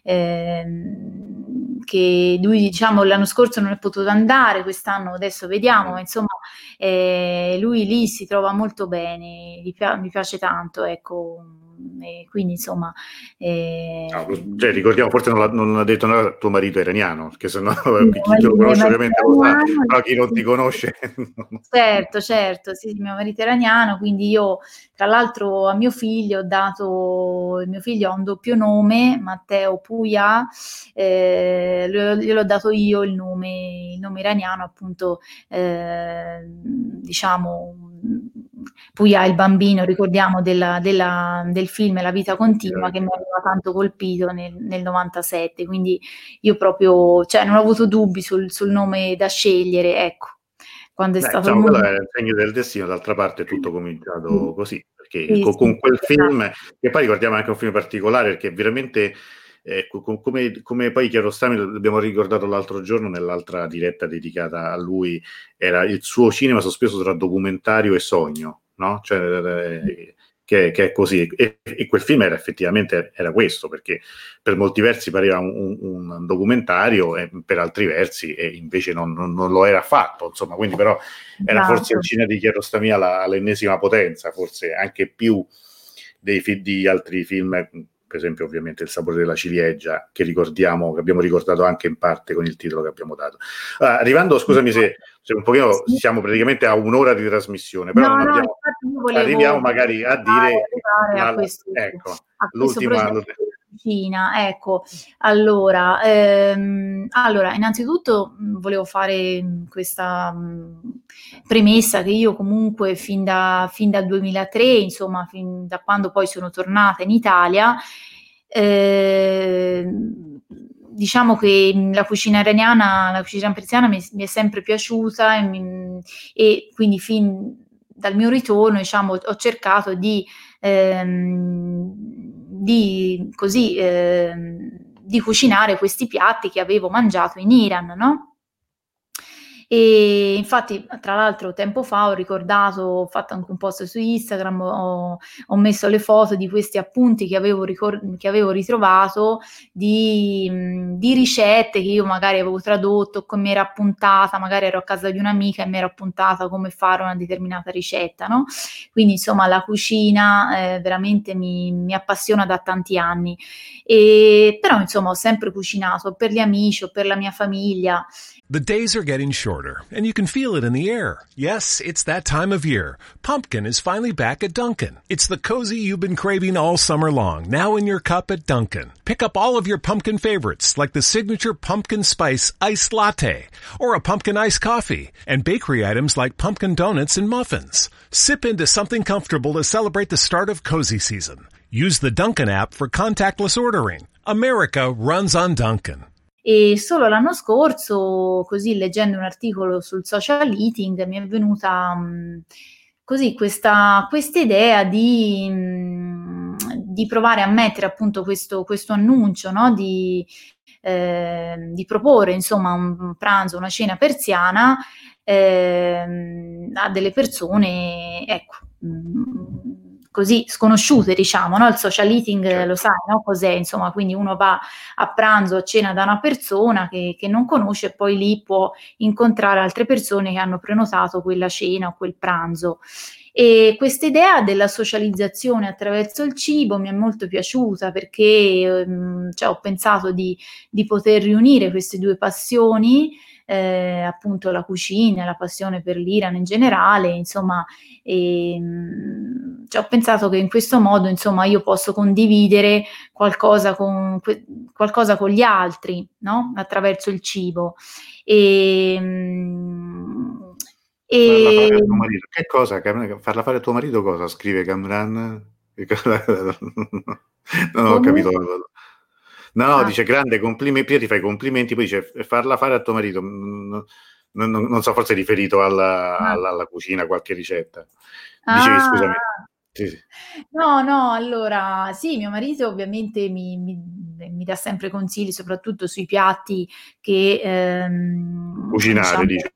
Speaker 5: ehm, che lui diciamo l'anno scorso non è potuto andare, quest'anno adesso vediamo, ma insomma eh, lui lì si trova molto bene, gli pi- mi piace tanto, ecco. E quindi insomma eh...
Speaker 4: no, cioè, ricordiamo, forse non l'ha, non l'ha detto nada, tuo marito è iraniano, che se no sì, chi te lo conosce ovviamente lo sa, però chi non ti conosce
Speaker 5: certo certo sì, mio marito è iraniano, quindi io tra l'altro a mio figlio ho dato, il mio figlio ha un doppio nome, Matteo Puya, eh, gliel'ho dato io il nome, il nome iraniano appunto, eh, diciamo Puya il bambino, ricordiamo della, della, del film La vita continua, che mi aveva tanto colpito nel, nel novantasette, quindi io proprio, cioè non ho avuto dubbi sul, sul nome da scegliere, ecco, quando è Beh, stato
Speaker 4: diciamo,
Speaker 5: il
Speaker 4: quello è il segno del destino, d'altra parte è tutto cominciato così, perché sì, con, con quel sì, film, che poi ricordiamo anche un film particolare, perché veramente eh, come, come poi Kiarostami l'abbiamo ricordato l'altro giorno nell'altra diretta dedicata a lui, era il suo cinema sospeso tra documentario e sogno, no? Cioè, eh, che, che è così, e, e quel film era effettivamente era questo, perché per molti versi pareva un, un documentario e per altri versi e invece non, non, non lo era affatto, insomma, quindi però era esatto. Forse il cinema di Kiarostami all'ennesima potenza, forse anche più dei di altri film, per esempio ovviamente Il sapore della ciliegia, che ricordiamo, che abbiamo ricordato anche in parte con il titolo che abbiamo dato. Allora, arrivando, scusami se, se un pochino sì. Siamo praticamente a un'ora di trasmissione, però
Speaker 5: no,
Speaker 4: non
Speaker 5: no,
Speaker 4: abbiamo, arriviamo magari a dire
Speaker 5: a
Speaker 4: la,
Speaker 5: questo,
Speaker 4: ecco,
Speaker 5: a
Speaker 4: l'ultima,
Speaker 5: progetto, cucina, ecco, allora, ehm, allora, innanzitutto mh, volevo fare mh, questa mh, premessa che io comunque fin da, fin dal duemilatré, insomma, fin da quando poi sono tornata in Italia, eh, diciamo che mh, la cucina iraniana, la cucina persiana mi, mi è sempre piaciuta e, mi- e quindi fin dal mio ritorno, diciamo, ho cercato di ehm, di, così, ehm, di cucinare questi piatti che avevo mangiato in Iran, no? E infatti, tra l'altro, tempo fa ho ricordato, ho fatto anche un post su Instagram, ho, ho messo le foto di questi appunti che avevo, ricor- che avevo ritrovato di, mh, di ricette che io magari avevo tradotto, come mi ero appuntata, magari ero a casa di un'amica e mi ero appuntata come fare una determinata ricetta, no? Quindi, insomma, la cucina eh, veramente mi, mi appassiona da tanti anni. E, però, insomma, ho sempre cucinato per gli amici o per la mia famiglia.
Speaker 3: The days are getting shorter, and you can feel it in the air. Yes, it's that time of year. Pumpkin is finally back at Dunkin'. It's the cozy you've been craving all summer long, now in your cup at Dunkin'. Pick up all of your pumpkin favorites, like the signature pumpkin spice iced latte, or a pumpkin iced coffee, and bakery items like pumpkin donuts and muffins. Sip into something comfortable to celebrate the start of cozy season. Use the Dunkin' app for contactless ordering. America runs on Dunkin'.
Speaker 5: E solo l'anno scorso, così leggendo un articolo sul social eating, mi è venuta mh, così questa questa idea di, mh, di provare a mettere appunto questo, questo annuncio, no? Di, eh, di proporre insomma un pranzo, una cena persiana ehm, a delle persone, ecco, mh, così sconosciute, diciamo, no? Il social eating,
Speaker 4: Certo.
Speaker 5: lo sai, no? Cos'è, insomma, quindi uno va a pranzo, a cena da una persona che, che non conosce e poi lì può incontrare altre persone che hanno prenotato quella cena o quel pranzo. E questa idea della socializzazione attraverso il cibo mi è molto piaciuta perché ehm, cioè, ho pensato di, di poter riunire queste due passioni, eh, appunto la cucina e la passione per l'Iran in generale, insomma, e, mh, cioè, ho pensato che in questo modo, insomma, io posso condividere qualcosa con, que- qualcosa con gli altri, no? Attraverso il cibo. E, mh,
Speaker 4: Farla fare a tuo
Speaker 5: e
Speaker 4: marito. Che cosa? Cam- Farla fare a tuo marito cosa? Scrive Camran? Che cosa- Non ho
Speaker 5: come?
Speaker 4: capito. No, no,
Speaker 5: Ah.
Speaker 4: dice grande complimenti, prima ti fai i complimenti, poi dice farla fare a tuo marito. Non, non- non so, forse è riferito alla,
Speaker 5: Ah.
Speaker 4: alla- alla cucina, qualche ricetta. Dicevi,
Speaker 5: Ah,
Speaker 4: scusami. Sì, sì.
Speaker 5: no, no, allora sì, mio marito ovviamente mi, mi- mi dà sempre consigli, soprattutto sui piatti che ehm,
Speaker 4: Cucinare,
Speaker 5: diciamo.
Speaker 4: dice.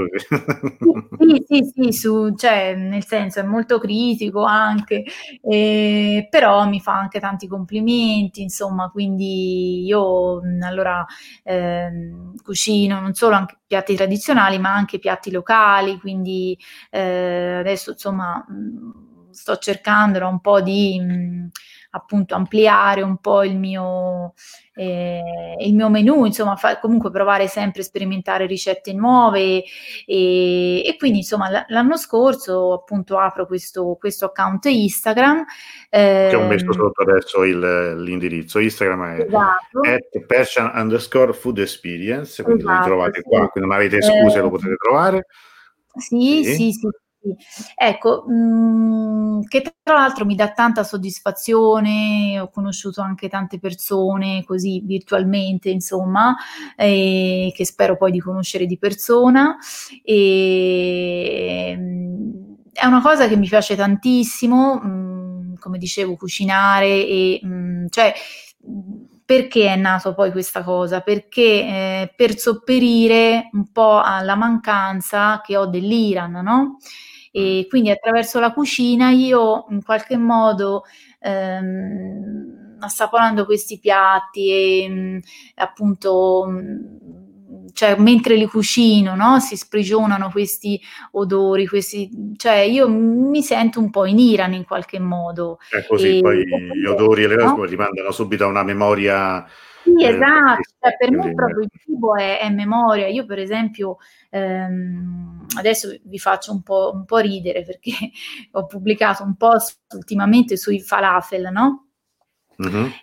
Speaker 5: Sì, sì, sì, su, cioè, nel senso è molto critico anche, eh, però mi fa anche tanti complimenti, insomma, quindi io mh, allora ehm, cucino non solo anche piatti tradizionali, ma anche piatti locali, quindi eh, adesso insomma mh, sto cercando no, un po' di mh, appunto ampliare un po' il mio, eh, il mio menù, insomma, fa- comunque provare sempre a sperimentare ricette nuove e, e quindi insomma l- l'anno scorso appunto apro questo, questo account Instagram.
Speaker 4: Che ho messo
Speaker 5: ehm,
Speaker 4: sotto adesso il- l'indirizzo. Instagram è
Speaker 5: esatto,
Speaker 4: at Persian underscore food experience, quindi lo
Speaker 5: esatto,
Speaker 4: ritrovate
Speaker 5: sì.
Speaker 4: qua, quindi non avete scuse, lo potete
Speaker 5: Ehm,
Speaker 4: trovare.
Speaker 5: Sì,
Speaker 4: Sì.
Speaker 5: sì, sì, sì. Ecco, mhmm, che tra l'altro mi dà tanta soddisfazione, ho conosciuto anche tante persone così virtualmente, insomma, ehm, che spero poi di conoscere di persona. Ehm, è una cosa che mi piace tantissimo, mhmm, come dicevo cucinare e, mhmm, cioè, mhmm, perché è nato poi questa cosa? Perché eh, per sopperire un po' alla mancanza che ho dell'Iran, no? E quindi attraverso la cucina io in qualche modo ehm, assaporando questi piatti e mh, appunto mh, cioè mentre li cucino, no? Si sprigionano questi odori, questi, cioè io mi sento un po' in Iran in qualche modo.
Speaker 4: È così,
Speaker 5: E,
Speaker 4: poi
Speaker 5: e
Speaker 4: gli
Speaker 5: quindi,
Speaker 4: odori e le
Speaker 5: no?
Speaker 4: cose rimandano subito a una memoria
Speaker 5: Sì,
Speaker 4: eh,
Speaker 5: esatto,
Speaker 4: bellissima,
Speaker 5: cioè per me
Speaker 4: quindi,
Speaker 5: proprio il
Speaker 4: eh,
Speaker 5: cibo è, è memoria. Io per esempio, ehm, adesso vi faccio un po', un po' ridere perché ho pubblicato un post ultimamente sui falafel, no?
Speaker 4: mhm.
Speaker 5: E,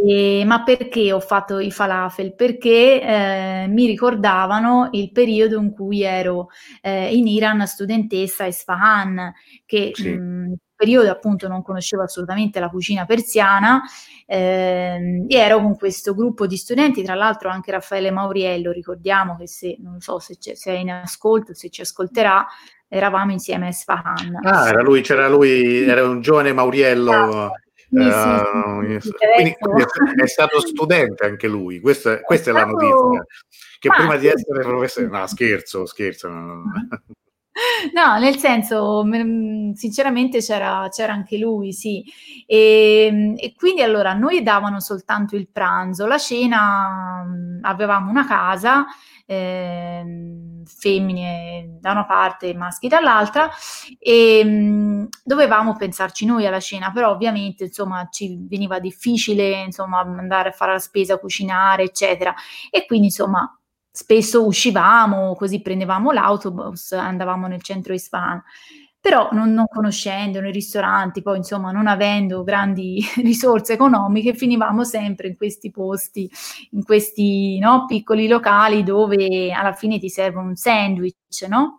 Speaker 5: E, ma perché ho fatto i falafel? Perché eh, mi ricordavano il periodo in cui ero eh, in Iran studentessa a Isfahan, che
Speaker 4: Sì.
Speaker 5: mh, periodo appunto non conoscevo assolutamente la cucina persiana, ehm, e ero con questo gruppo di studenti, tra l'altro anche Raffaele Mauriello, ricordiamo che se, non so se, c'è, se è in ascolto, se ci ascolterà, eravamo insieme a Isfahan.
Speaker 4: Ah, era lui, c'era lui, era un giovane Mauriello.
Speaker 5: Sì, sì,
Speaker 4: Uh,
Speaker 5: sì, sì,
Speaker 4: quindi,
Speaker 5: adesso...
Speaker 4: quindi è stato studente anche lui, questa, questa è, è la notizia, che
Speaker 5: Ma
Speaker 4: prima
Speaker 5: sì,
Speaker 4: di essere
Speaker 5: sì,
Speaker 4: professore,
Speaker 5: sì.
Speaker 4: no scherzo, scherzo. No, no.
Speaker 5: No, nel senso, sinceramente c'era, c'era anche lui, sì. E, e quindi allora a noi davano soltanto il pranzo, la cena avevamo una casa, eh, femmine da una parte, maschi dall'altra, e mh, dovevamo pensarci noi alla cena, però ovviamente insomma ci veniva difficile insomma andare a fare la spesa, cucinare, eccetera. E quindi insomma spesso uscivamo, così prendevamo l'autobus, andavamo nel centro Isfahan, però non, non conoscendo nei ristoranti, poi insomma non avendo grandi risorse economiche, finivamo sempre in questi posti, in questi no, piccoli locali dove alla fine ti servono un sandwich, no?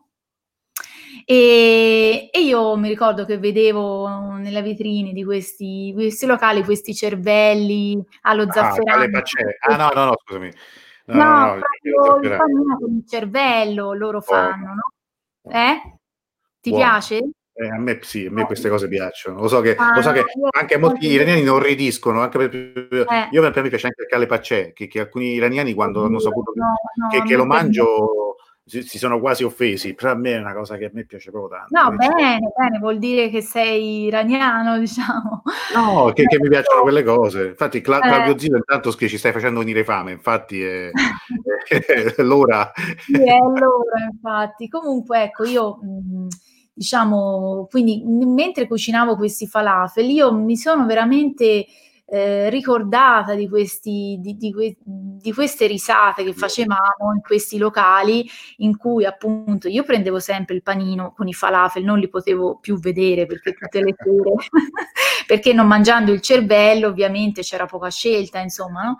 Speaker 5: E, e io mi ricordo che vedevo nelle vetrine di questi, questi locali questi cervelli allo
Speaker 4: Ah,
Speaker 5: zafferano.
Speaker 4: ah no, no, no, scusami. No,
Speaker 5: No,
Speaker 4: no, no,
Speaker 5: proprio il panino con il cervello loro fanno,
Speaker 4: buono.
Speaker 5: no? Eh? Ti
Speaker 4: Buono.
Speaker 5: piace?
Speaker 4: Eh, a me sì, a me queste cose piacciono. Lo so che,
Speaker 5: Ah,
Speaker 4: lo so
Speaker 5: no,
Speaker 4: che
Speaker 5: io
Speaker 4: anche molti iraniani non ridiscono, anche per,
Speaker 5: Eh.
Speaker 4: io per me piace anche il calle paccè, che, che alcuni iraniani quando hanno saputo che,
Speaker 5: No, no,
Speaker 4: che,
Speaker 5: a
Speaker 4: che
Speaker 5: me
Speaker 4: lo
Speaker 5: per me-
Speaker 4: mangio si, si sono quasi offesi, però a me è una cosa che a me piace proprio tanto.
Speaker 5: No,
Speaker 4: che ci-
Speaker 5: bene, bene, vuol dire che sei iraniano, diciamo.
Speaker 4: No, che, che mi piacciono
Speaker 5: Io-
Speaker 4: quelle cose. Infatti, Cla-
Speaker 5: eh,
Speaker 4: Claudio Zito, intanto che ci stai facendo venire fame. Infatti, è, è l'ora.
Speaker 5: Sì, è allora, infatti. Comunque, ecco, io, mh, diciamo, quindi m- mentre cucinavo questi falafel, io mi sono veramente eh, ricordata di questi, di, di que- di queste risate che facevamo in questi locali in cui appunto io prendevo sempre il panino con i falafel, non li potevo più vedere perché tutte le sere, perché non mangiando il cervello ovviamente c'era poca scelta, insomma, no?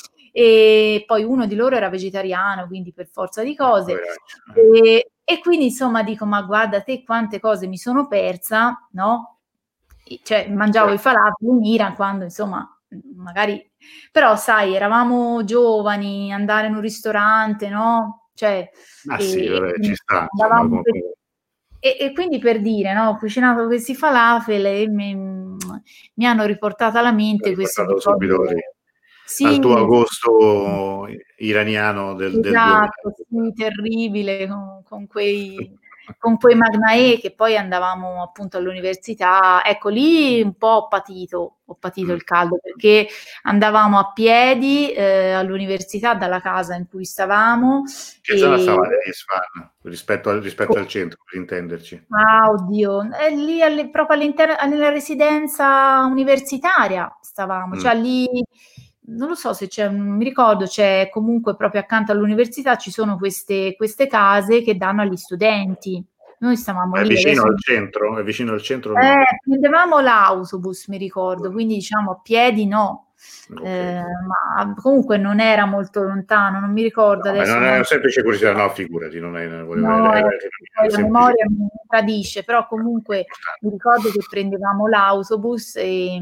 Speaker 5: E poi uno di loro era vegetariano, quindi per forza di cose. E, e quindi insomma dico, ma guarda te quante cose mi sono persa, no? E cioè mangiavo i falafel in Iran quando insomma magari, però sai, eravamo giovani, andare in un ristorante, no? Cioè,
Speaker 4: Ma sì,
Speaker 5: e,
Speaker 4: vabbè,
Speaker 5: e
Speaker 4: ci sta, insomma,
Speaker 5: andavamo
Speaker 4: come-
Speaker 5: per- e, e quindi per dire, no? Ho cucinato questi falafel e mi, mi hanno riportato alla mente
Speaker 4: hai
Speaker 5: questi
Speaker 4: portato subito
Speaker 5: ricordi.
Speaker 4: lì,
Speaker 5: Sì,
Speaker 4: al tuo agosto iraniano del, del duemila.
Speaker 5: esatto, sì, terribile con, con quei, con quei Magnae che poi andavamo appunto all'università. Ecco, lì un po' ho patito, ho patito
Speaker 4: Mm.
Speaker 5: il caldo perché andavamo a piedi eh, all'università dalla casa in cui stavamo.
Speaker 4: Che zona
Speaker 5: E...
Speaker 4: stavate di Isfahan rispetto al, rispetto al centro, per intenderci?
Speaker 5: Ah, oddio, è lì alle- proprio all'interno, nella residenza universitaria stavamo,
Speaker 4: Mm.
Speaker 5: cioè lì, non lo so se c'è, non mi ricordo, c'è comunque proprio accanto all'università ci sono queste, queste case che danno agli studenti. Noi stavamo
Speaker 4: Ma è
Speaker 5: lì,
Speaker 4: vicino
Speaker 5: adesso
Speaker 4: al centro? È vicino al centro o no?
Speaker 5: eh, prendevamo l'autobus, mi ricordo, quindi diciamo a piedi no.
Speaker 4: Ok.
Speaker 5: Eh, ma comunque non era molto lontano, non mi ricordo
Speaker 4: No, ma
Speaker 5: adesso.
Speaker 4: non è
Speaker 5: non-
Speaker 4: una semplice curiosità, no, figurati, non è, non volevo,
Speaker 5: No,
Speaker 4: era, era,
Speaker 5: ecco, poi
Speaker 4: era
Speaker 5: la
Speaker 4: semplice.
Speaker 5: memoria mi tradisce, però comunque mi ricordo che prendevamo l'autobus e,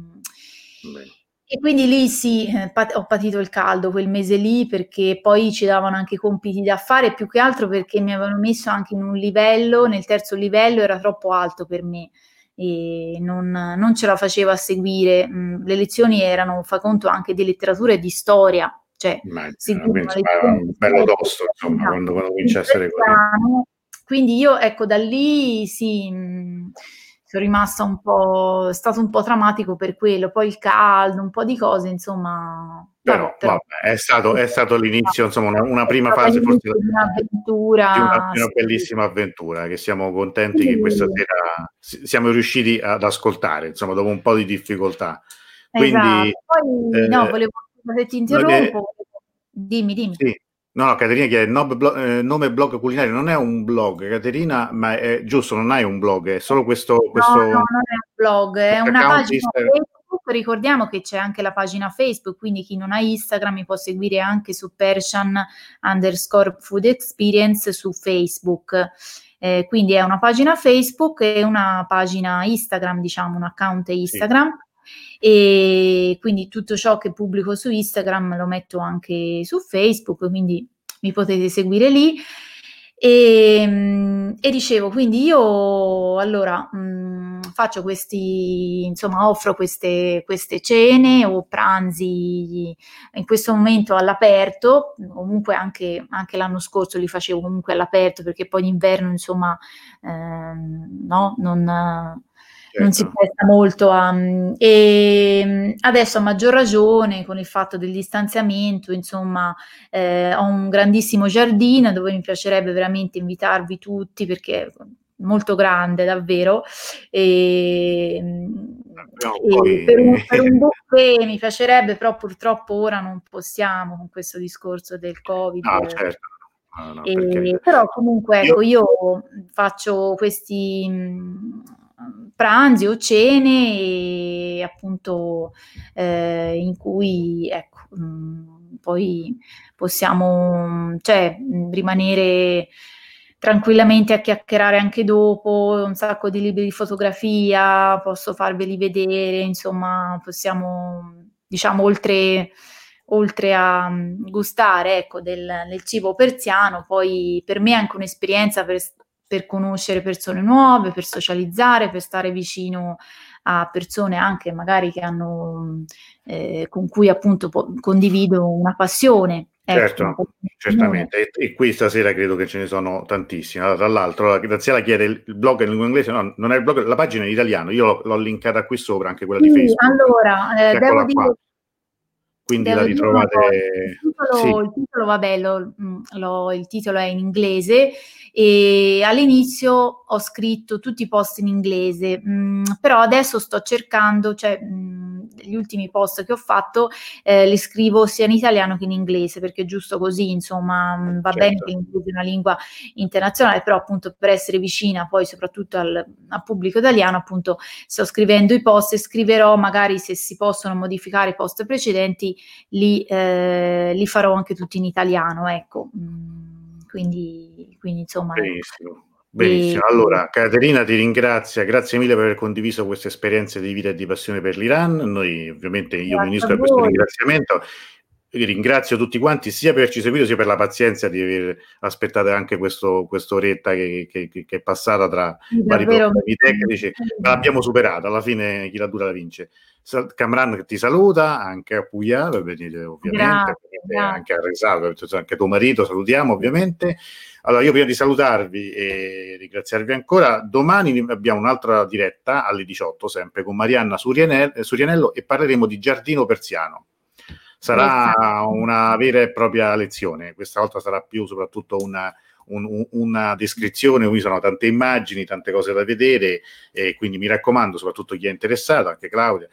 Speaker 4: Bene.
Speaker 5: e quindi lì sì, eh, pat- ho patito il caldo quel mese lì perché poi ci davano anche i compiti da fare, più che altro perché mi avevano messo anche in un livello, nel terzo livello era troppo alto per me e non, non ce la facevo a seguire. Mm, le lezioni erano, fa conto, anche di letteratura e di storia, cioè
Speaker 4: Immagino,
Speaker 5: seguire
Speaker 4: quindi,
Speaker 5: una
Speaker 4: insomma, era
Speaker 5: lezione
Speaker 4: un
Speaker 5: di
Speaker 4: bello
Speaker 5: storia
Speaker 4: tosto, insomma, quando, quando comincia a
Speaker 5: in
Speaker 4: essere così.
Speaker 5: italiano. Quindi io ecco da lì sì, mh, sono rimasta un po', è stato un po' traumatico per quello, poi il caldo, un po' di cose, insomma,
Speaker 4: Però,
Speaker 5: vabbè, però
Speaker 4: vabbè, è stato, è stato l'inizio, insomma, una, una
Speaker 5: è
Speaker 4: prima
Speaker 5: stato
Speaker 4: fase forse
Speaker 5: l'inizio di
Speaker 4: di una,
Speaker 5: un'avventura,
Speaker 4: di una
Speaker 5: sì.
Speaker 4: bellissima avventura che siamo contenti
Speaker 5: Sì.
Speaker 4: che questa sera si- siamo riusciti ad ascoltare, insomma, dopo un po' di difficoltà. Quindi,
Speaker 5: Esatto. Poi no,
Speaker 4: eh,
Speaker 5: volevo, se ti
Speaker 4: no, che-
Speaker 5: interrompo, volevo- dimmi, dimmi.
Speaker 4: sì. No, no, Caterina chiede Nob blo- eh, nome blog culinario, non è un blog, Caterina, ma è giusto, non hai un blog, è solo questo,
Speaker 5: No, no,
Speaker 4: questo,
Speaker 5: non è un blog, è
Speaker 4: questo
Speaker 5: una
Speaker 4: account
Speaker 5: pagina
Speaker 4: Instagram.
Speaker 5: soprattutto ricordiamo che c'è anche la pagina Facebook, quindi chi non ha Instagram mi può seguire anche su Persian underscore food experience su Facebook. Eh, quindi è una pagina Facebook e una pagina Instagram, diciamo un account Instagram. Sì. E quindi tutto ciò che pubblico su Instagram lo metto anche su Facebook, quindi mi potete seguire lì. E, e dicevo, quindi io allora mh, faccio questi, insomma, offro queste, queste cene o pranzi in questo momento all'aperto, comunque anche, anche l'anno scorso li facevo comunque all'aperto, perché poi d'inverno, insomma, ehm, no, non... non si presta molto a... E adesso a maggior ragione con il fatto del distanziamento, insomma, eh, ho un grandissimo giardino dove mi piacerebbe veramente invitarvi tutti, perché è molto grande davvero, e, no, e per, un, per un buffet mi piacerebbe, però purtroppo ora non possiamo con questo discorso del Covid.
Speaker 4: No, certo. No, no,
Speaker 5: e, però comunque ecco, io, io faccio questi... Mh, pranzi o cene e appunto eh, in cui ecco mh, poi possiamo cioè mh, rimanere tranquillamente a chiacchierare anche dopo, un sacco di libri di fotografia, posso farveli vedere, insomma possiamo, diciamo, oltre oltre a mh, gustare ecco del, del cibo persiano, poi per me è anche un'esperienza per per conoscere persone nuove, per socializzare, per stare vicino a persone anche magari che hanno eh, con cui appunto po- condivido una passione.
Speaker 4: Certo,
Speaker 5: ecco,
Speaker 4: certamente, e, e qui stasera credo che ce ne sono tantissime. Allora, tra l'altro, Graziella chiede il, il blog in lingua inglese, no, non è il blog, la pagina è in italiano, io l'ho, l'ho linkata qui sopra, anche quella
Speaker 5: sì,
Speaker 4: di Facebook.
Speaker 5: Allora, eh, devo dire...
Speaker 4: Qua. Quindi
Speaker 5: Devo
Speaker 4: la ritrovate...
Speaker 5: Il titolo,
Speaker 4: sì.
Speaker 5: il titolo vabbè, lo, lo, il titolo è in inglese e all'inizio ho scritto tutti i post in inglese, mh, però adesso sto cercando, cioè mh, gli ultimi post che ho fatto eh, li scrivo sia in italiano che in inglese, perché è giusto così, insomma, mh, va
Speaker 4: Certo.
Speaker 5: bene che include una lingua internazionale, però appunto per essere vicina poi soprattutto al, al pubblico italiano, appunto sto scrivendo i post e scriverò magari, se si possono modificare i post precedenti, Li, eh, li farò anche tutti in italiano, ecco. Mm, quindi, quindi insomma.
Speaker 4: Benissimo, benissimo. E... Allora, Caterina ti ringrazia, grazie mille per aver condiviso queste esperienze di vita e di passione per l'Iran. Noi ovviamente io mi unisco a, a questo ringraziamento. Io ringrazio tutti quanti sia per averci seguito sia per la pazienza di aver aspettato anche questo quest'oretta che, che, che è passata tra sì, vari problemi tecnici, ma l'abbiamo superata, alla fine chi la dura la vince. Kamran ti saluta, anche a Puglia, per venire ovviamente, grazie, anche a Resal, anche tuo marito, salutiamo ovviamente. Allora io prima di salutarvi e ringraziarvi ancora, domani abbiamo un'altra diretta alle diciotto sempre con Marianna Surianello e parleremo di giardino persiano. Sarà una vera e propria lezione, questa volta sarà più soprattutto una, un, una descrizione, qui sono tante immagini, tante cose da vedere, e quindi mi raccomando, soprattutto chi è interessato, anche Claudia.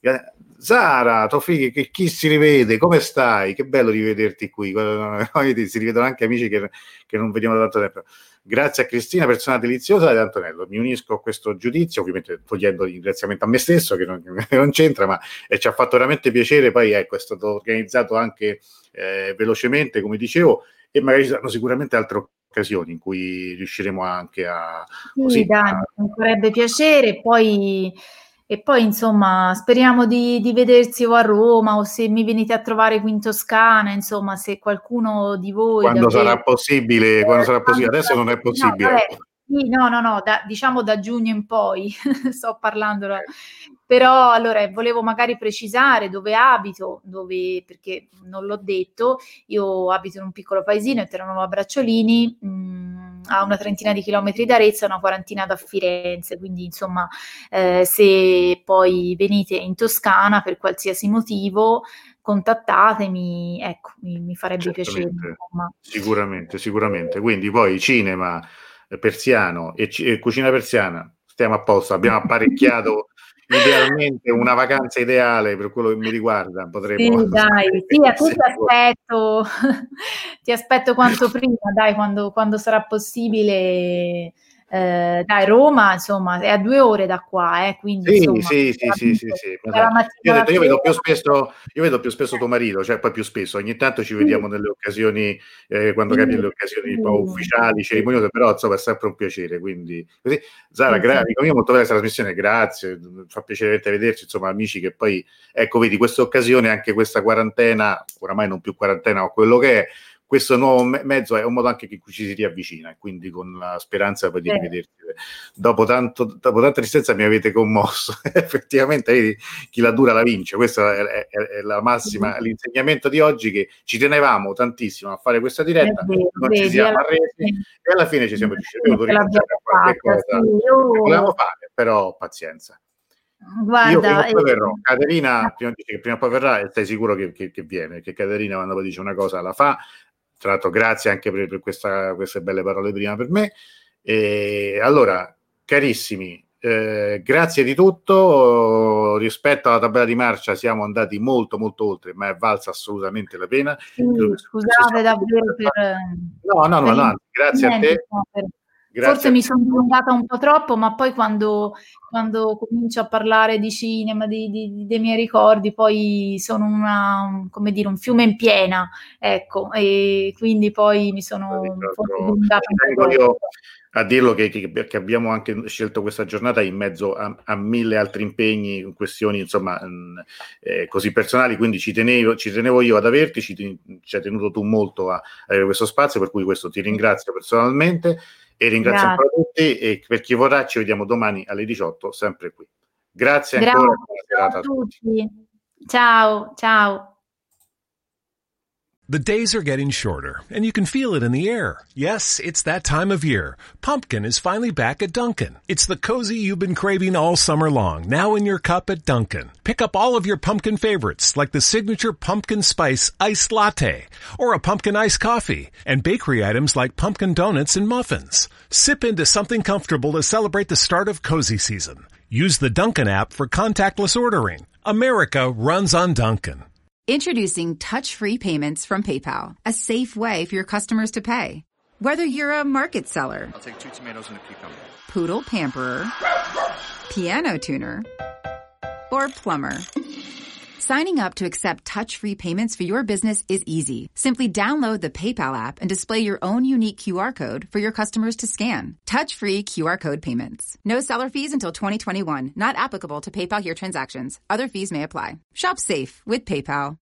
Speaker 4: Sara, Tofì, che chi si rivede, come stai? Che bello rivederti qui, si rivedono anche amici che, che non vediamo da tanto tempo. Grazie a Cristina, persona deliziosa, ed Antonello. Mi unisco a questo giudizio, ovviamente togliendo il ringraziamento a me stesso, che non, che non c'entra, ma eh, ci ha fatto veramente piacere. Poi ecco, è stato organizzato anche eh, velocemente, come dicevo, e magari ci saranno sicuramente altre occasioni in cui riusciremo anche a...
Speaker 5: Sì,
Speaker 4: così,
Speaker 5: dai,
Speaker 4: a...
Speaker 5: mi farebbe piacere, poi... E poi insomma speriamo di, di vedersi o a Roma o se mi venite a trovare qui in Toscana, insomma se qualcuno di voi...
Speaker 4: Quando
Speaker 5: davvero,
Speaker 4: sarà possibile, eh, quando sarà possibile, adesso non è possibile.
Speaker 5: No, vabbè, sì, no, no, no, da, diciamo da giugno in poi, sto parlando, da, però allora volevo magari precisare dove abito, dove, perché non l'ho detto, io abito in un piccolo paesino, a Terranova Bracciolini, mh, a una trentina di chilometri da Arezzo e una quarantina da Firenze, quindi insomma eh, se poi venite in Toscana per qualsiasi motivo contattatemi, ecco, mi, mi farebbe piacere. Insomma.
Speaker 4: Sicuramente, sicuramente. Quindi poi cinema persiano e, c- e cucina persiana, stiamo a posto, abbiamo apparecchiato idealmente una vacanza ideale per quello che mi riguarda. Potremo...
Speaker 5: Sì, dai, sì, a tu ti aspetto, ti aspetto quanto prima, dai, quando, quando sarà possibile Eh, dai, Roma, insomma, è a due ore da qua, eh, quindi
Speaker 4: sì,
Speaker 5: insomma,
Speaker 4: sì, sì, sì, sì, sì.
Speaker 5: Io,
Speaker 4: detto, io, vedo più spesso, io vedo più spesso tuo marito, cioè poi più spesso, ogni tanto ci vediamo sì. nelle occasioni, eh, quando sì, capita le occasioni sì, ufficiali, cerimoniose, però insomma è sempre un piacere, quindi così. Zara, sì, gra- sì. amico mio, molto bella questa trasmissione, grazie, fa piacere vederci, insomma, amici che poi, ecco, vedi, questa occasione, anche questa quarantena, oramai non più quarantena, ma quello che è, questo nuovo me- mezzo è un modo anche che cui ci si riavvicina, e quindi con la speranza poi di sì. rivederci. Dopo, tanto, dopo tanta tristezza mi avete commosso, effettivamente vedi, chi la dura la vince, questo è, è, è la massima, sì. l'insegnamento di oggi, che ci tenevamo tantissimo a fare questa diretta, vero, non vedi, ci siamo arresi e alla fine ci siamo riusciti, abbiamo rinunciato a qualche cosa sì, io... che volevamo fare, però pazienza.
Speaker 5: Guarda,
Speaker 4: io prima o poi
Speaker 5: eh,
Speaker 4: verrò, Caterina prima, dice che prima o poi verrà e stai sicuro che, che, che viene, che Caterina quando poi dice una cosa la fa. Tra l'altro grazie anche per, per questa, queste belle parole prima per me. E allora, carissimi, eh, grazie di tutto. Rispetto alla tabella di marcia siamo andati molto molto oltre, ma è valsa assolutamente la pena.
Speaker 5: Sì, scusate davvero per...
Speaker 4: No, no, no, no, grazie a te.
Speaker 5: Per... Forse mi sono dilungata un po' troppo, ma poi quando, quando comincio a parlare di cinema, di, di, dei miei ricordi, poi sono una, come dire, un fiume in piena, ecco, e quindi poi mi sono forse dilungata un po' troppo.
Speaker 4: Io a dirlo che, che, che abbiamo anche scelto questa giornata in mezzo a, a mille altri impegni, questioni insomma eh, così personali, quindi ci tenevo, ci tenevo io ad averti, ci, ci hai tenuto tu molto a avere questo spazio, per cui questo ti ringrazio personalmente. E ringrazio Grazie. ancora tutti, e per chi vorrà ci vediamo domani alle diciotto sempre qui. Grazie, Grazie ancora.
Speaker 5: Grazie a tutti. Ciao, ciao.
Speaker 3: The days are getting shorter, and you can feel it in the air. Yes, it's that time of year. Pumpkin is finally back at Dunkin'. It's the cozy you've been craving all summer long, now in your cup at Dunkin'. Pick up all of your pumpkin favorites, like the signature pumpkin spice iced latte, or a pumpkin iced coffee, and bakery items like pumpkin donuts and muffins. Sip into something comfortable to celebrate the start of cozy season. Use the Dunkin' app for contactless ordering. America runs on Dunkin'.
Speaker 8: Introducing touch-free payments from PayPal, a safe way for your customers to pay. Whether you're a market seller,
Speaker 10: I'll take two tomatoes and a cucumber,
Speaker 8: poodle pamperer, piano tuner, or plumber, signing up to accept touch-free payments for your business is easy. Simply download the PayPal app and display your own unique Q R code for your customers to scan. Touch-free Q R code payments. No seller fees until twenty twenty-one. Not applicable to PayPal Here transactions. Other fees may apply. Shop safe with PayPal.